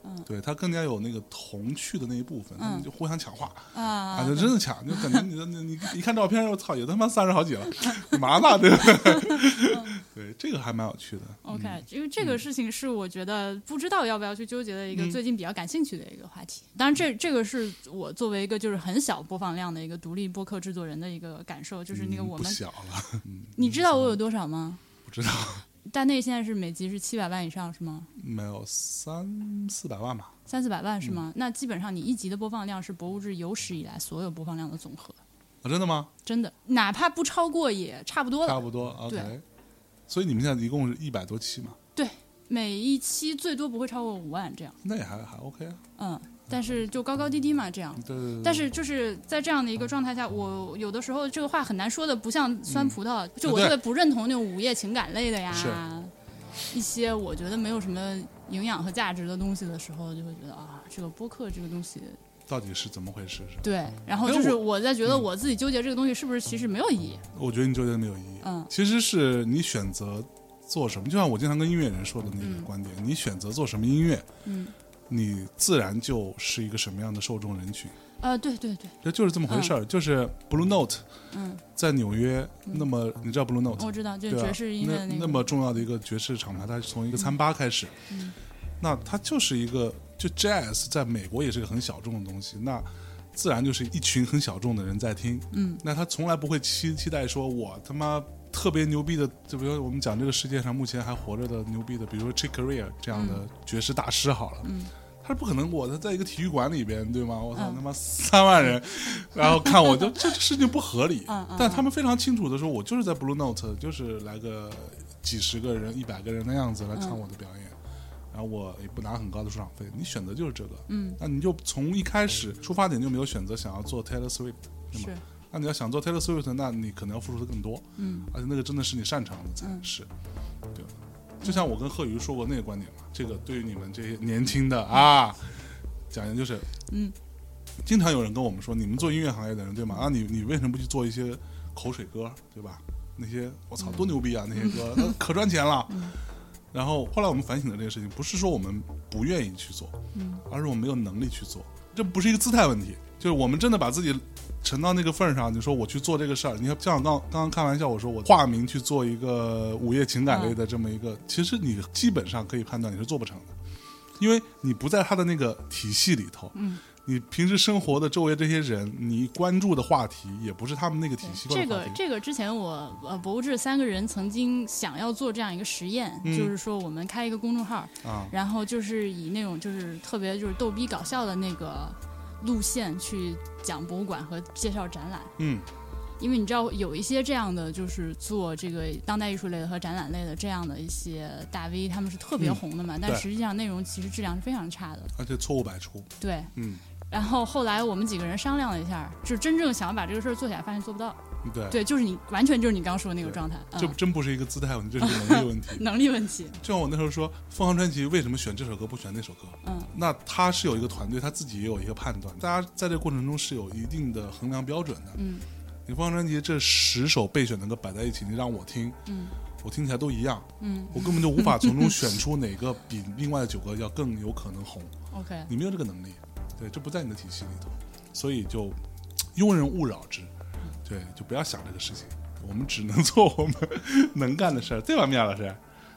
嗯， 对，它更加有那个童趣的那一部分，他们就互相抢话啊啊，就真的抢，就感觉你你你一看照片，我操，也他妈三十好几了，干嘛呢？对不对？对，这个还蛮有趣的。 OK，因为这个事情是我觉得不知道要不要去纠结的一个最近比较感兴趣的一个话题。当然，这这个是我作为一个就是很小播放量的一个独立播客制作人的一个感受，就是那个我们、 嗯、不小了。嗯、 你知道我有多少吗？ 不知道。 大内现在是每集是七百万以上是吗？ 没有，三四百万吧。 三四百万是吗？ 嗯、 那基本上你一集的播放量是博物志有史以来所有播放量的总和。 啊，真的吗？ 真的，哪怕不超过也差不多了。 差不多 ，OK。所以你们现在一共是一百多期嘛？ 对，每一期最多不会超过五万这样。 那也还还 OK 啊。 嗯，但是就高高低低嘛，这样。 对对对。 但是就是在这样的一个状态下，我有的时候这个话很难说的，不像酸葡萄，嗯、就我特别不认同那种午夜情感类的呀，一些我觉得没有什么营养和价值的东西的时候，就会觉得啊，这个播客这个东西。 到底是怎么回事？是吧？ 对，然后就是我在觉得我自己纠结这个东西是不是其实没有意义。 我觉得你纠结没有意义。 嗯， 其实是你选择做什么，就像我经常跟音乐人说的那个观点，嗯、你选择做什么音乐， 嗯， 你自然就是一个什么样的受众人群。 呃，对对对， 这就是这么回事儿。嗯、就是 Blue Note， 嗯， 在纽约，嗯、那么你知道 Blue Note？ 我知道，就是爵士音乐的那个、 那, 那么重要的一个爵士厂牌，它从一个餐吧开始， 嗯， 那它就是一个就 Jazz， 在美国也是个很小众的东西，那。自然就是一群很小众的人在听， 嗯， 那他从来不会期期待说，我他妈特别牛逼的，就比如我们讲这个世界上目前还活着的牛逼的，比如说 Chick Corea 这样的爵士大师好了， 嗯， 他是不可能我他在一个体育馆里边，对吗？我操，嗯、他妈三万人，然后看我就这这事情不合理， 嗯嗯、 但他们非常清楚的说，我就是在 Blue Note， 就是来个几十个人、一百个人的样子来看我的表演。嗯，然后我也不拿很高的出场费，你选择就是这个， 嗯， 那你就从一开始出发点就没有选择想要做 Taylor Swift， 对吗？ 是。 那你要想做 Taylor Swift， 那你可能要付出的更多， 嗯， 而且那个真的是你擅长的才是，嗯、对。就像我跟贺瑜说过那个观点嘛，这个对于你们这些年轻的啊，讲的就是， 嗯， 经常有人跟我们说，你们做音乐行业的人，对吗？啊，你你为什么不去做一些口水歌，对吧？那些我操多牛逼啊，那些歌那可赚钱了。 嗯， 然后后来我们反省了这个事情，不是说我们不愿意去做， 嗯， 而是我们没有能力去做。这不是一个姿态问题，就是我们真的把自己沉到那个份上，你说我去做这个事儿，你看像我刚刚刚开玩笑，我说我化名去做一个午夜情感类的这么一个，嗯、其实你基本上可以判断你是做不成的，因为你不在他的那个体系里头， 嗯。 你平时生活的周围这些人，你关注的话题也不是他们那个体系。 这个这个之前我呃博物志三个人曾经想要做这样一个实验， 嗯、 就是说我们开一个公众号， 啊、 然后就是以那种就是特别就是逗逼搞笑的那个路线去讲博物馆和介绍展览。 嗯。 因为你知道有一些这样的就是做这个当代艺术类的和展览类的这样的一些大 V， 他们是特别红的嘛， 嗯、 但实际上内容其实质量是非常差的， 而且错误百出。 对， 嗯。 然后后来我们几个人商量了一下，就真正想要把这个事儿做起来，发现做不到。 对， 对，就是你完全就是你刚刚说的那个状态， 这、嗯、真不是一个姿态问题，这是一个能力问题。 能力问题。 就像我那时候说，凤凰传奇为什么选这首歌不选那首歌？ 嗯， 那他是有一个团队，他自己也有一个判断，大家在这个过程中是有一定的衡量标准的。 嗯， 你凤凰传奇这十首备选的歌摆在一起，你让我听， 嗯， 我听起来都一样， 嗯， 我根本就无法从中选出哪个比另外的九个要更有可能红。 OK， 你没有这个能力。对，这不在你的体系里头，所以就庸人勿扰之。对，就不要想这个事情，我们只能做我们能干的事儿，对吧，米娅老师？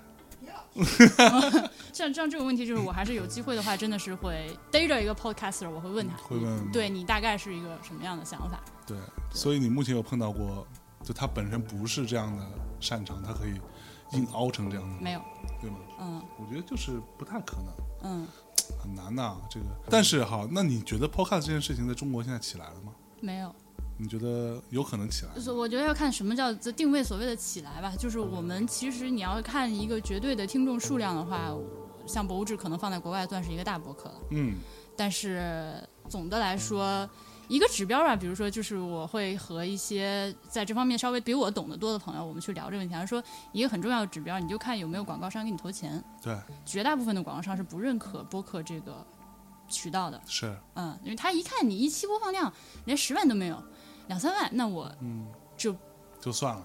像这样这个问题，就是我还是有机会的话，真的是会逮着一个 podcaster， 我会问他， 会问， 对你大概是一个什么样的想法？ 对，对，所以你目前有碰到过，就他本身不是这样的擅长，他可以硬凹成这样的， 没有， 对吗？ 嗯， 我觉得就是不太可能， 嗯。 很难呐、啊，这个。但是好，那你觉得 podcast 这件事情在中国现在起来了吗？ 没有。 你觉得有可能起来？ 就是我觉得要看什么叫定位所谓的起来吧。就是我们其实你要看一个绝对的听众数量的话，像博物志可能放在国外算是一个大博客了。 嗯。但是总的来说，一个指标吧，比如说就是我会和一些在这方面稍微比我懂得多的朋友，我们去聊这个问题。他说一个很重要的指标，你就看有没有广告商给你投钱。 对。 绝大部分的广告商是不认可播客这个渠道的。 是。 嗯，因为他一看你一期播放量连十万都没有，两三万，那我嗯就就算了。 对。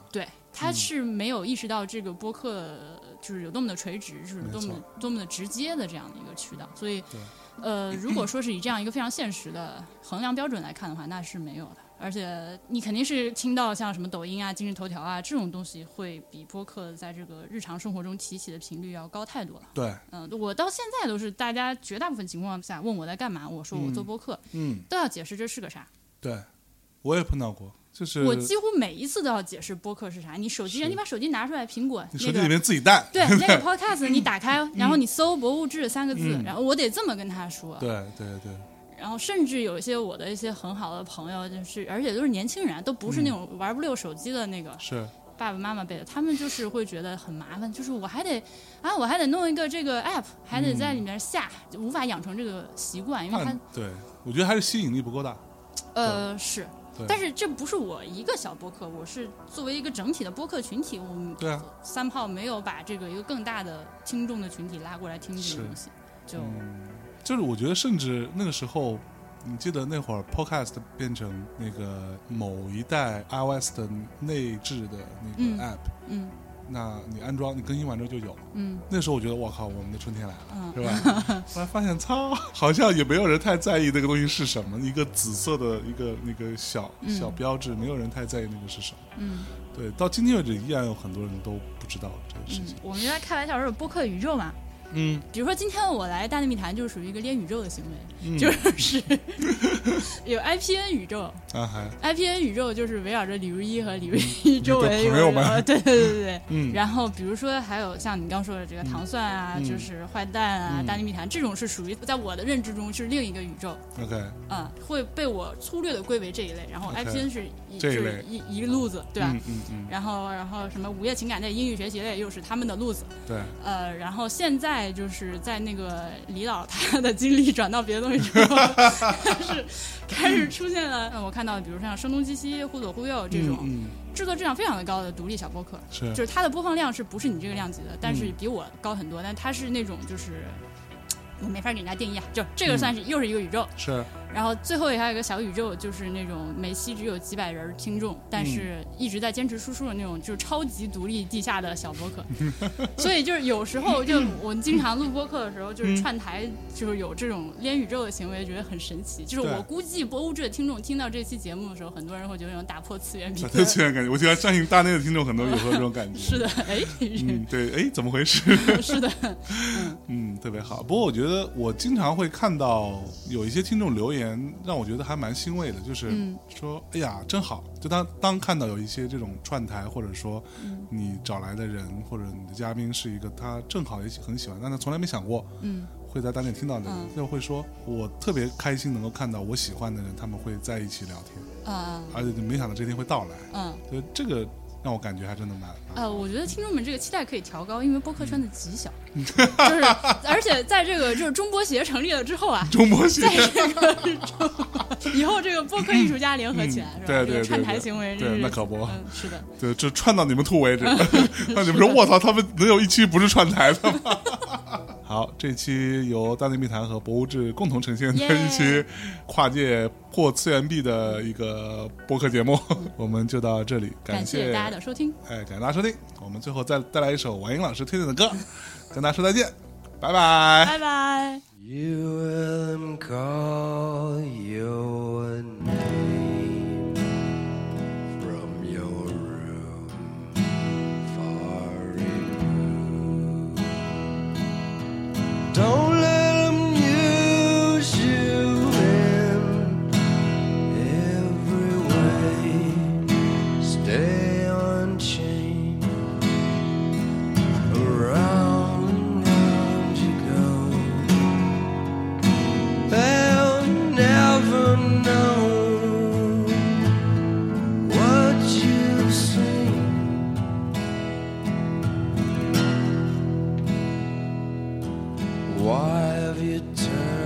他是没有意识到这个播客就是有多么的垂直，就是多么多么的直接的这样的一个渠道，所以呃，如果说是以这样一个非常现实的衡量标准来看的话，那是没有的。而且你肯定是听到像什么抖音啊、今日头条啊这种东西，会比播客在这个日常生活中提起的频率要高太多了。 对， 嗯、呃，我到现在都是大家绝大部分情况下问我在干嘛，我说我做播客， 嗯， 都要解释这是个啥。 对，我也碰到过。就是我几乎每一次都要解释播客是啥。你手机，你把手机拿出来，苹果， 你手机里面自己带， 对那个 podcast 你打开，然后你搜"博物志"三个字、嗯，然后我得这么跟他说。 对对对。 然后甚至有一些我的一些很好的朋友，就是而且都是年轻人，都不是那种玩不溜手机的那个， 是爸爸妈妈辈的，他们就是会觉得很麻烦，就是我还得啊，我还得弄一个这个 app， 还得在里面下，嗯、无法养成这个习惯，因为它对我觉得还是吸引力不够大。 呃，是。但是这不是我一个小播客，我是作为一个整体的播客群体，我们对啊， 三炮没有把这个一个更大的听众的群体拉过来听这个东西，就、 嗯、就是我觉得甚至那个时候，你记得那会儿 podcast 变成那个某一代 iOS 的内置的那个 app， 嗯。嗯那你安装，你更新完之后就有。 嗯， 那时候我觉得，我靠，我们的春天来了， 嗯、 是吧？后来发现，操，好像也没有人太在意那个东西是什么，一个紫色的一个那个小、嗯、小标志，没有人太在意那个是什么。 嗯， 对，到今天为止，依然有很多人都不知道这个事情。 嗯、我们原来开玩笑说播客宇宙嘛。 嗯， 比如说今天我来大内密谈，就是属于一个连宇宙的行为， 嗯、 就是有 I P N 宇宙啊，还 I P N 宇宙就是围绕着李如一和李如一周围有朋友们， 对对对对， 嗯， 然后比如说还有像你刚说的这个糖蒜啊， 嗯、 就是坏蛋啊，嗯、大内密谈这种是属于在我的认知中是另一个宇宙 ，OK， 嗯，会被我粗略的归为这一类，然后 I P N 是一、 okay, 是一一路子，对吧？ 嗯嗯嗯， 然后然后什么午夜情感类、英语学习类又是他们的路子， 对， 呃，然后现在就是在那个李老他的精力转到别的东西之后，开始开始出现了，我看到比如像声东击西、忽左忽右这种、 嗯嗯、 制作质量非常的高的独立小播客， 是就是它的播放量是不是你这个量级的，但是比我高很多，嗯、但它是那种就是我没法给人家定义啊，就这个算是、嗯、又是一个宇宙， 是。 然后最后还有一个小宇宙，就是那种每期只有几百人听众，但是一直在坚持输出的那种，就是超级独立地下的小播客。所以就是有时候就我们经常录播客的时候，就是串台，就是有这种连宇宙的行为，觉得很神奇。就是我估计博物志的听众听到这期节目的时候，很多人会觉得有种打破次元壁。 打破次元感觉，我觉得相信大内的听众很多有这种感觉。 是的，哎， 嗯，对，哎，怎么回事？ 是的，嗯嗯，特别好。不过我觉得我经常会看到有一些听众留言，让我觉得还蛮欣慰的，就是说，嗯、哎呀，真好。就当当看到有一些这种串台，或者说你找来的人、嗯、或者你的嘉宾是一个他正好也很喜欢，但他从来没想过，嗯，会在大内听到的人，就、嗯、会说，我特别开心能够看到我喜欢的人，他们会在一起聊天， 嗯， 而且没想到这天会到来， 嗯， 所以这个让我感觉还真的蛮…… 呃，我觉得听众们这个期待可以调高，因为播客圈子极小，嗯、就是而且在这个就是中播协成立了之后啊， 中播协在这个以后这个播客艺术家联合起来，嗯、是吧？ 对对 对, 对， 串台行为， 对，那可不， 嗯，是的， 对，就串到你们吐为止，让你们说我操，他们能有一期不是串台的吗？好，这期由大内密谈和博物志共同呈现的一期跨界破次元壁的一个播客节目，我们就到这里，感谢, 感谢大家的收听， 哎，感谢大家收听，我们最后再带来一首王英老师推荐的歌，跟大家说再见，拜拜， 拜拜。 You will call your name from your room far removed. Don't let them use you in every way. Stay unchained. Around and round you go. They'll never know what you've seen. Why have you turned